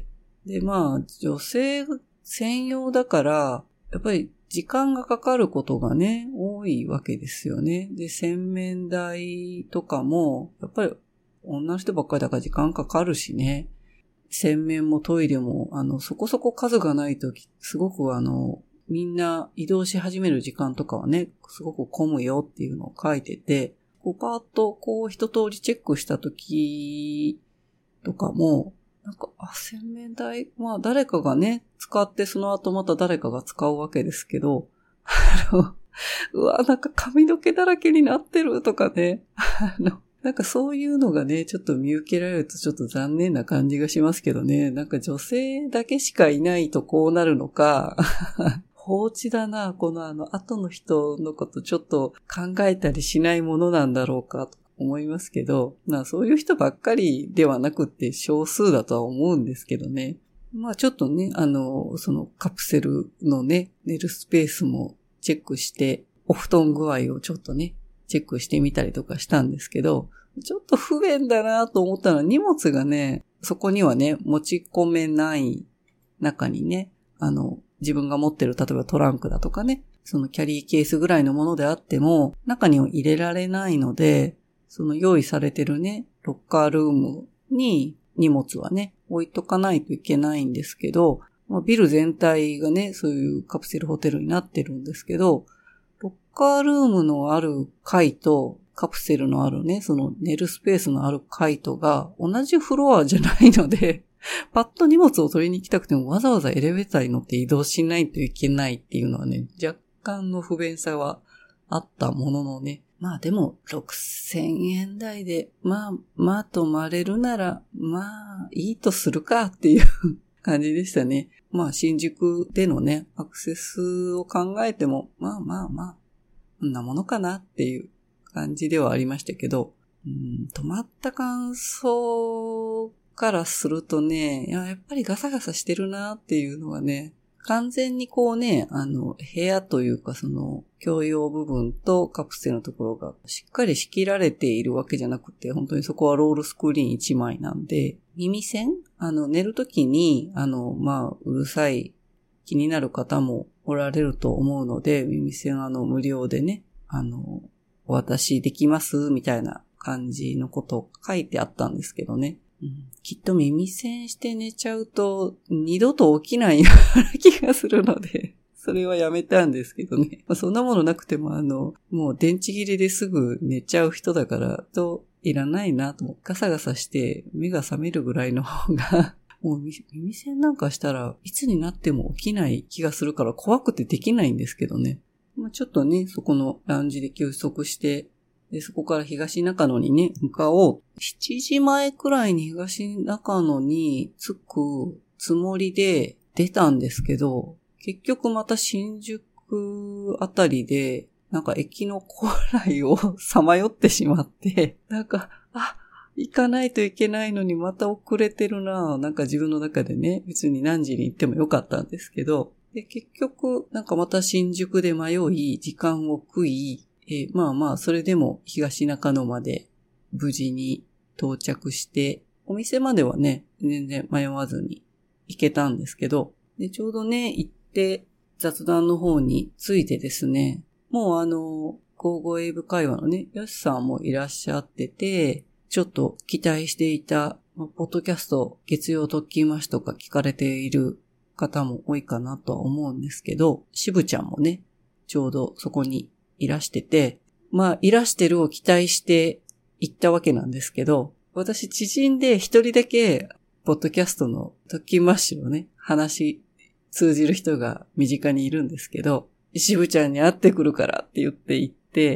で、まあ、女性専用だから、やっぱり時間がかかることがね、多いわけですよね。で、洗面台とかも、やっぱり女の人ばっかりだから時間かかるしね。洗面もトイレも、そこそこ数がないとき、すごくみんな移動し始める時間とかはね、すごく混むよっていうのを書いてて、パーッと一通りチェックしたときとかも、なんか、洗面台、まあ誰かがね、使ってその後また誰かが使うわけですけど、うわ、なんか髪の毛だらけになってるとかね、なんかそういうのがね、ちょっと見受けられるとちょっと残念な感じがしますけどね。なんか女性だけしかいないとこうなるのか、放置だな、この後の人のことちょっと考えたりしないものなんだろうかと思いますけど、そういう人ばっかりではなくって少数だとは思うんですけどね。まあちょっとね、そのカプセルのね、寝るスペースもチェックして、お布団具合をちょっとね、チェックしてみたりとかしたんですけど、ちょっと不便だなと思ったのは荷物がね、そこにはね、持ち込めない中にね、自分が持ってる、例えばトランクだとかね、そのキャリーケースぐらいのものであっても、中には入れられないので、その用意されてるね、ロッカールームに荷物はね、置いとかないといけないんですけど、ビル全体がね、そういうカプセルホテルになってるんですけど、ロッカールームのある階とカプセルのあるね、その寝るスペースのある階とが同じフロアじゃないので、パッと荷物を取りに行きたくてもわざわざエレベーターに乗って移動しないといけないっていうのはね、若干の不便さはあったもののね。まあでも6000円台で、まあ泊まれるなら、まあいいとするかっていう感じでしたね。まあ新宿でのね、アクセスを考えても、まあ、こんなものかなっていう感じではありましたけど、泊まった感想からするとね、やっぱりガサガサしてるなっていうのがね、完全にこうね、部屋というかその共用部分とカプセルのところがしっかり仕切られているわけじゃなくて、本当にそこはロールスクリーン1枚なんで、耳栓寝るときに、うるさい気になる方もおられると思うので、耳栓無料でね、お渡しできますみたいな感じのことを書いてあったんですけどね。きっと耳栓して寝ちゃうと二度と起きないような気がするので、それはやめたんですけどね。そんなものなくてももう電池切れですぐ寝ちゃう人だからいらないなと、ガサガサして目が覚めるぐらいの方が、もう耳栓なんかしたらいつになっても起きない気がするから怖くてできないんですけどね。ちょっとね、そこのラウンジで休息して、で、そこから東中野にね、向かおう。7時前くらいに東中野に着くつもりで出たんですけど、結局また新宿あたりで、なんか駅の構内をさまよってしまって、なんか、行かないといけないのにまた遅れてるなぁ。なんか自分の中でね、別に何時に行ってもよかったんですけど、で、結局、なんかまた新宿で迷い、時間を食い、それでも東中野まで無事に到着して、お店まではね、全然迷わずに行けたんですけど、で、ちょうどね、行って雑談の方に着いてですね、もうゴーゴーエイブ会話のね、ヨシさんもいらっしゃってて、ちょっと期待していた、ポッドキャスト月曜特勤マッシュとか聞かれている方も多いかなとは思うんですけど、渋ちゃんもね、ちょうどそこにいらしてて、いらしてるを期待して行ったわけなんですけど、私知人で一人だけ、ポッドキャストの特勤マッシュのね、話通じる人が身近にいるんですけど、渋ちゃんに会ってくるからって言って行って、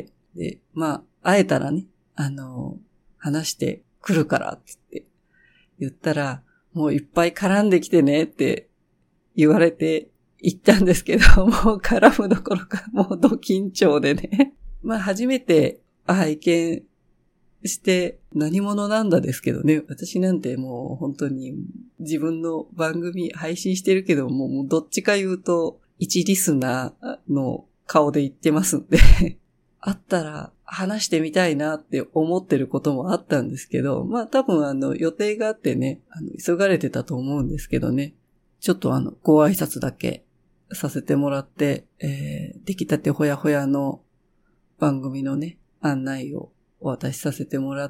で、会えたらね、話してくるからって言ったら、もういっぱい絡んできてねって言われて行ったんですけど、もう絡むどころかもうド緊張でね。初めて拝見して何者なんだですけどね。私なんてもう本当に自分の番組配信してるけどもうどっちか言うと一リスナーの顔で言ってますんで、あったら話してみたいなって思ってることもあったんですけど、まあ多分予定があってね、急がれてたと思うんですけどね、ちょっとご挨拶だけさせてもらって、出来たてほやほやの番組のね、案内をお渡しさせてもらって、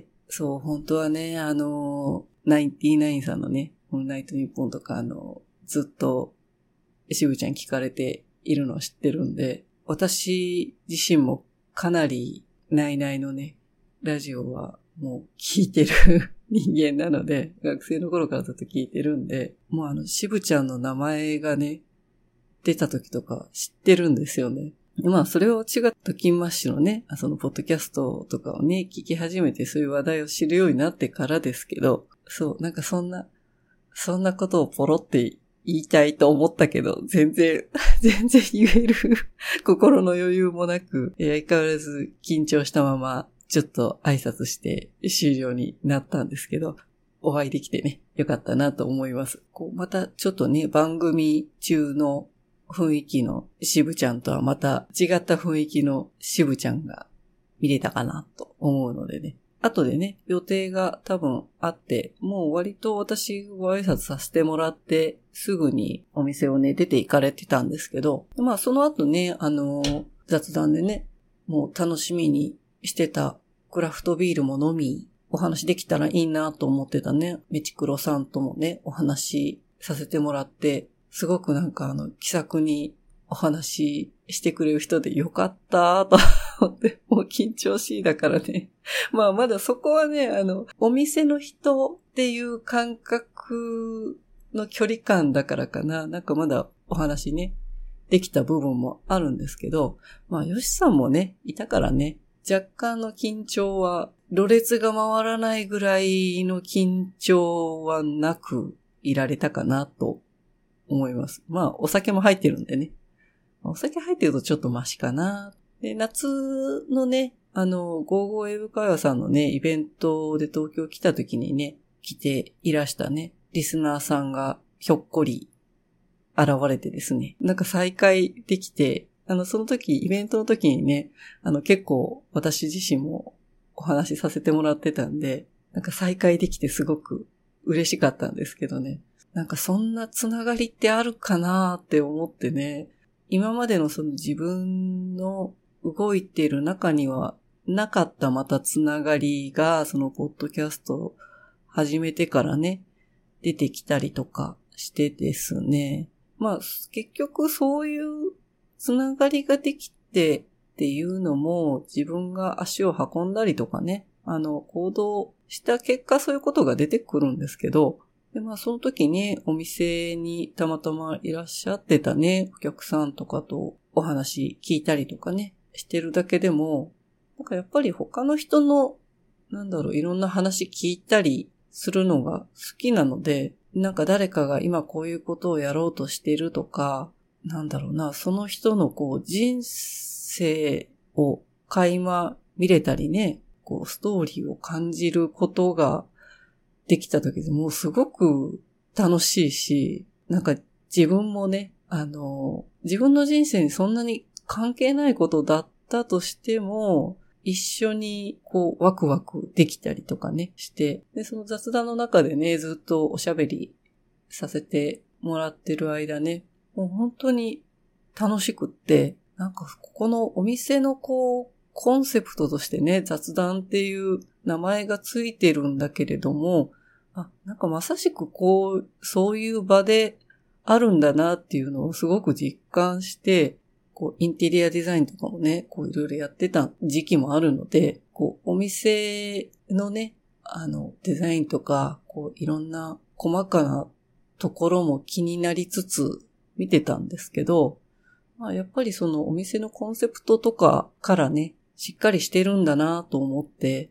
そう、本当はね、ナインティナインさんのね、オンライトニッポンとかずっと、しぶちゃん聞かれているのを知ってるんで、私自身もかなりナイナイのね、ラジオはもう聞いてる人間なので、学生の頃からずっと聞いてるんで、もうしぶちゃんの名前がね、出た時とか知ってるんですよね。まあそれを違ったキンマッシュのね、そのポッドキャストとかをね、聞き始めてそういう話題を知るようになってからですけど、そう、なんかそんなことをポロって言いたいと思ったけど、全然言える心の余裕もなく、相変わらず緊張したまま、ちょっと挨拶して終了になったんですけど、お会いできてね、よかったなと思います。またちょっとね、番組中の雰囲気のしぶちゃんとはまた違った雰囲気のしぶちゃんが見れたかなと思うのでね。後でね、予定が多分あって、もう割と私ご挨拶させてもらって、すぐにお店をね、出て行かれてたんですけど、まあその後ね、雑談でね、もう楽しみにしてたクラフトビールも飲み、お話できたらいいなと思ってたね、メチクロさんともね、お話させてもらって、すごくなんか気さくにお話してくれる人でよかったと思って、もう緊張しいだからね。まあまだそこはね、お店の人っていう感覚の距離感だからかな。なんかまだお話ね、できた部分もあるんですけど、まあ、よしさんもね、いたからね、若干の緊張は、ろれつが回らないぐらいの緊張はなくいられたかなと思います。まあ、お酒も入ってるんでね。お酒入ってるとちょっとマシかな。で、夏のね、ゴーゴー英語会話さんのね、イベントで東京来た時にね、来ていらしたね、リスナーさんがひょっこり現れてですね、なんか再会できて、その時、イベントの時にね、結構私自身もお話しさせてもらってたんで、なんか再会できてすごく嬉しかったんですけどね。なんかそんなつながりってあるかなって思ってね、今までのその自分の動いている中にはなかったまたつながりが、そのポッドキャストを始めてからね、出てきたりとかしてですね。まあ結局そういうつながりができてっていうのも自分が足を運んだりとかね、行動した結果そういうことが出てくるんですけど、で、まあその時にお店にたまたまいらっしゃってたね、お客さんとかとお話聞いたりとかね、してるだけでも、なんかやっぱり他の人の、いろんな話聞いたりするのが好きなので、なんか誰かが今こういうことをやろうとしてるとか、その人の人生を垣間見れたりね、ストーリーを感じることができた時でもうすごく楽しいし、なんか自分もね、自分の人生にそんなに関係ないことだったとしても、一緒にワクワクできたりとかね、して、で、その雑談の中でね、ずっとおしゃべりさせてもらってる間ね、もう本当に楽しくって、なんかここのお店のコンセプトとしてね、雑談っていう名前がついてるんだけれども、なんかまさしくそういう場であるんだなっていうのをすごく実感して、インテリアデザインとかもね、いろいろやってた時期もあるので、お店のね、デザインとか、いろんな細かなところも気になりつつ見てたんですけど、まあやっぱりそのお店のコンセプトとかからね、しっかりしてるんだなと思って、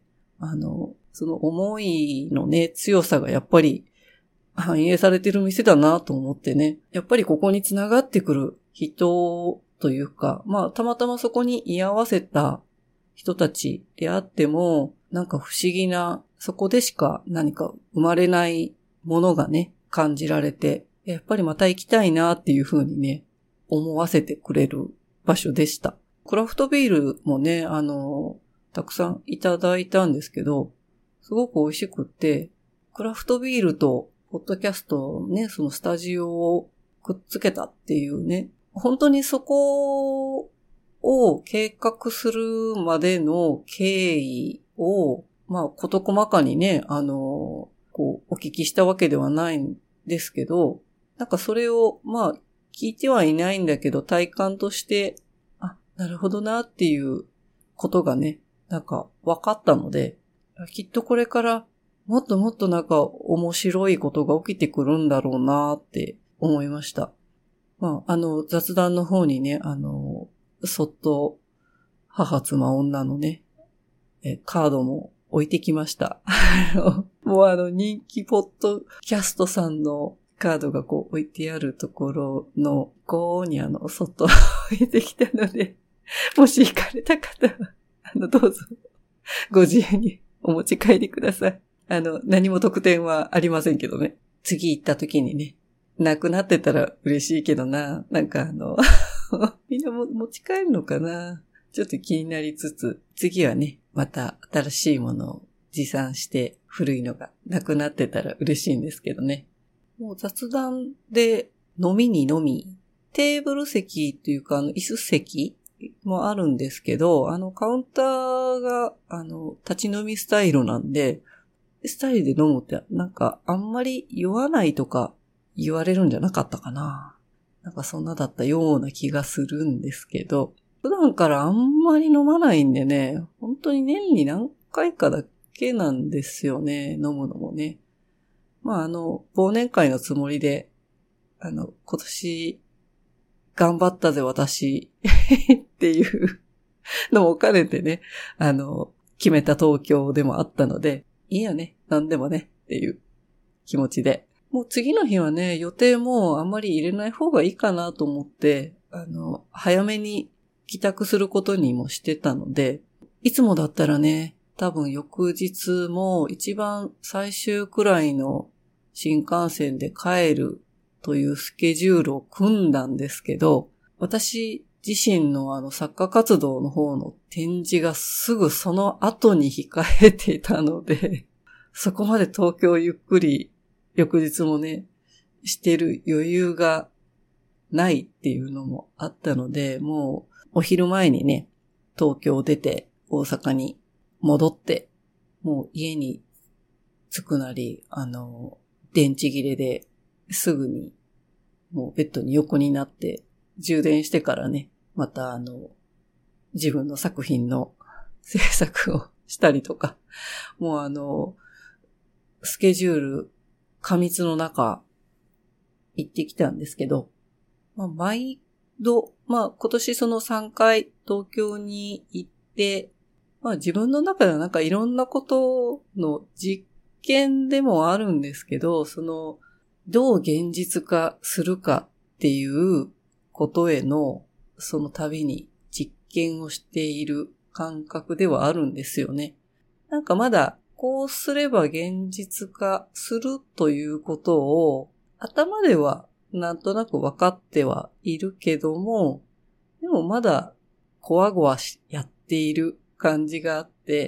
その思いのね、強さがやっぱり反映されてる店だなと思ってね、やっぱりここに繋がってくる人というか、まあたまたまそこに居合わせた人たちであっても、なんか不思議な、そこでしか何か生まれないものがね、感じられて、やっぱりまた行きたいなっていう風にね、 思わせてくれる場所でした。クラフトビールもね、たくさんいただいたんですけど、すごく美味しくって、クラフトビールとポッドキャストね、そのスタジオをくっつけたっていうね、本当にそこを計画するまでの経緯を、事細かにね、お聞きしたわけではないんですけど、なんかそれを、聞いてはいないんだけど、体感として、なるほどなっていうことがね、なんか分かったので、きっとこれからもっともっとなんか面白いことが起きてくるんだろうなって思いました。雑談の方にね、そっと母妻女のね、カードも置いてきました。もう人気ポッドキャストさんのカードがこう置いてあるところのこうにそっと置いてきたので、もし行かれた方は、どうぞご自由にお持ち帰りください。何も特典はありませんけどね。次行った時にね、なくなってたら嬉しいけどな。なんかみんなも持ち帰るのかな。ちょっと気になりつつ、次はね、また新しいものを持参して古いのがなくなってたら嬉しいんですけどね。もう雑談で飲みに飲み、テーブル席っていうか椅子席もあるんですけど、カウンターが立ち飲みスタイルなんで、スタイルで飲むってなんかあんまり酔わないとか言われるんじゃなかったかな。なんかそんなだったような気がするんですけど、普段からあんまり飲まないんでね、本当に年に何回かだけなんですよね、飲むのもね。忘年会のつもりで、今年、頑張ったぜ私っていうのも兼ねてね、決めた東京でもあったので、いいやね、なんでもねっていう気持ちで。もう次の日はね、予定もあんまり入れない方がいいかなと思って、早めに帰宅することにもしてたので、いつもだったらね、多分翌日も一番最終くらいの新幹線で帰るというスケジュールを組んだんですけど、私自身の作家活動の方の展示がすぐその後に控えていたので、そこまで東京ゆっくり翌日もね、してる余裕がないっていうのもあったので、もうお昼前にね、東京出て大阪に戻って、もう家に着くなり、電池切れですぐにもうベッドに横になって充電してからね、また自分の作品の制作をしたりとか、もうスケジュール過密の中行ってきたんですけど、毎度、今年その3回東京に行って、自分の中ではなんかいろんなことの実験でもあるんですけど、どう現実化するかっていうことへの、その度に実験をしている感覚ではあるんですよね。なんかまだこうすれば現実化するということを頭ではなんとなく分かってはいるけども、でもまだこわごわやっている感じがあって、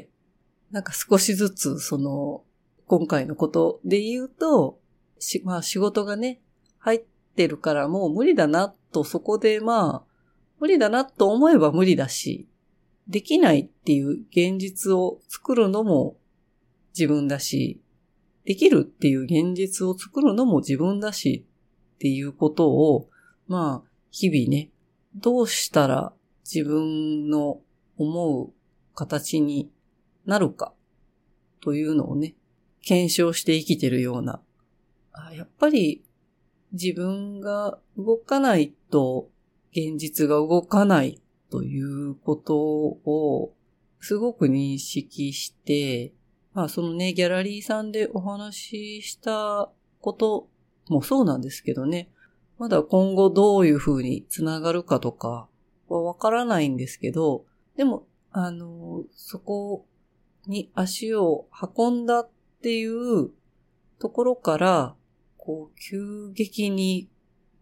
なんか少しずつ今回のことで言うと、仕事がね、入ってるからもう無理だなと、そこで無理だなと思えば無理だし、できないっていう現実を作るのも自分だし、できるっていう現実を作るのも自分だしっていうことを、日々ね、どうしたら自分の思う形になるかというのをね、検証して生きてるような、やっぱり自分が動かないと現実が動かないということをすごく認識して、そのね、ギャラリーさんでお話ししたこともそうなんですけどね、まだ今後どういうふうにつながるかとかはわからないんですけど、でも、そこに足を運んだっていうところから、急激に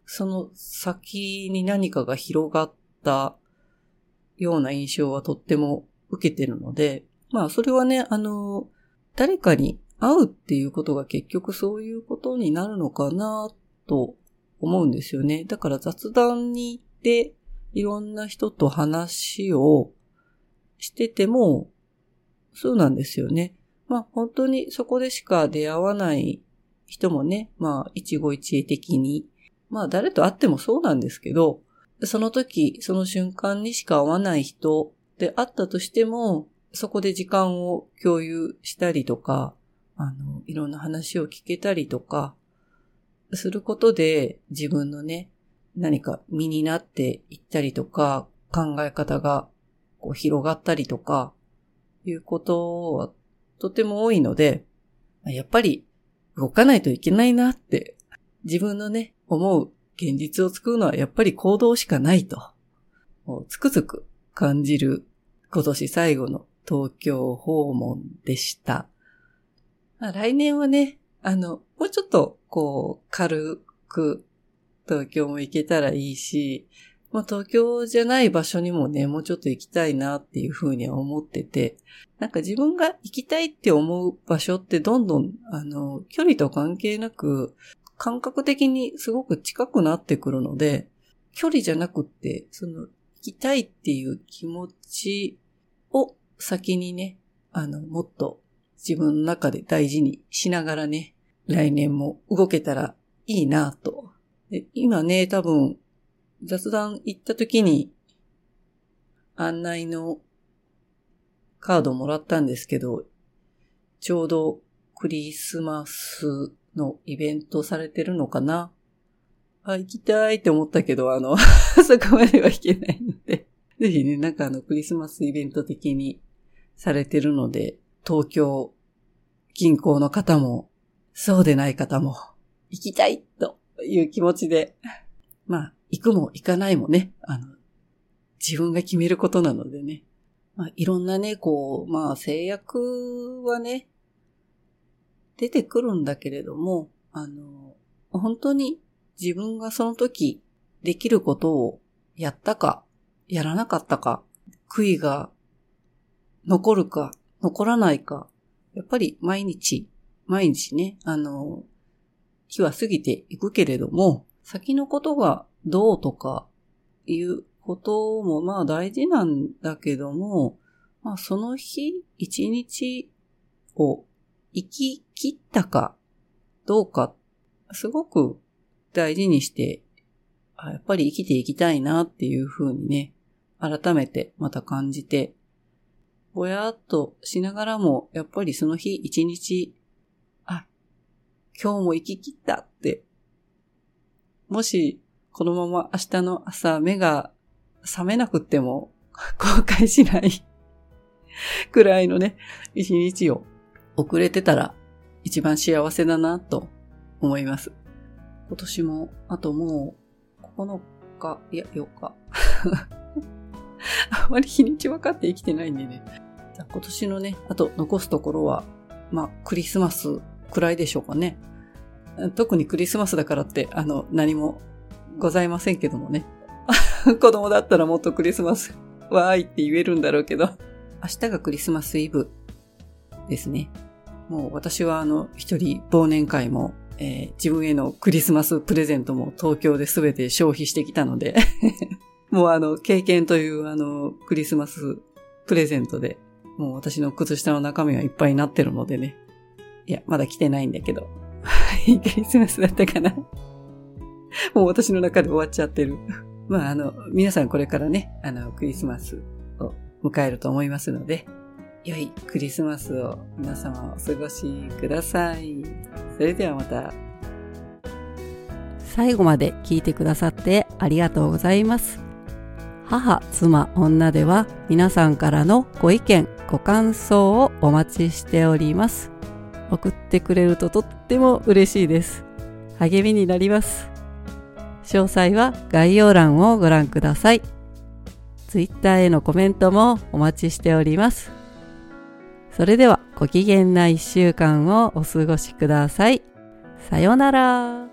その先に何かが広がったような印象はとっても受けてるので、まあそれはね、誰かに会うっていうことが結局そういうことになるのかなと思うんですよね。だから雑談に行っていろんな人と話をしててもそうなんですよね。まあ本当にそこでしか出会わない人もね、まあ一期一会的に、まあ誰と会ってもそうなんですけど、その時、その瞬間にしか会わない人であったとしても、そこで時間を共有したりとか、いろんな話を聞けたりとか、することで自分のね、何か身になっていったりとか、考え方がこう広がったりとか、いうことはとても多いので、やっぱり動かないといけないなって、自分のね、思う現実を作るのはやっぱり行動しかないと、つくづく感じる今年最後の東京訪問でした。来年はね、もうちょっとこう軽く東京も行けたらいいし、まあ東京じゃない場所にもね、もうちょっと行きたいなっていうふうには思ってて、なんか自分が行きたいって思う場所ってどんどん、距離と関係なく、感覚的にすごく近くなってくるので、距離じゃなくって、行きたいっていう気持ちを先にね、もっと自分の中で大事にしながらね、来年も動けたらいいなと。で今ね、多分、雑談行った時に案内のカードもらったんですけど、ちょうどクリスマスのイベントされてるのかな？行きたいって思ったけど、そこまでは行けないので、ぜひね、なんかクリスマスイベント的にされてるので、東京近郊の方も、そうでない方も、行きたいという気持ちで、まあ、行くも行かないもね、自分が決めることなのでね。まあ、いろんなね、まあ、制約はね、出てくるんだけれども、本当に自分がその時できることをやったか、やらなかったか、悔いが残るか、残らないか、やっぱり毎日ね、日は過ぎていくけれども、先のことがどうとかいうこともまあ大事なんだけども、まあその日一日を生き切ったかどうか、すごく大事にして、やっぱり生きていきたいなっていうふうにね、改めてまた感じて、ぼやっとしながらも、やっぱりその日一日、今日も生き切ったって、もしこのまま明日の朝目が覚めなくっても後悔しないくらいのね、一日を遅れてたら一番幸せだなと思います。今年もあともう9日、いや8日あまり日にち分かって生きてないんでね。じゃあ今年のね、あと残すところはまあクリスマスくらいでしょうかね。特にクリスマスだからって何もございませんけどもね。子供だったらもっとクリスマスわーいって言えるんだろうけど、明日がクリスマスイブですね。もう私は一人忘年会も、自分へのクリスマスプレゼントも東京で全て消費してきたのでもう経験というクリスマスプレゼントでもう私の靴下の中身はいっぱいになってるのでね。いや、まだ来てないんだけどクリスマスだったかなもう私の中で終わっちゃってるまあ皆さんこれからね、クリスマスを迎えると思いますので、良いクリスマスを皆様お過ごしください。それではまた。最後まで聞いてくださってありがとうございます。母、妻、女では皆さんからのご意見、ご感想をお待ちしております。送ってくれるととっても嬉しいです。励みになります。詳細は概要欄をご覧ください。Twitter へのコメントもお待ちしております。それではご機嫌な1週間をお過ごしください。さようなら。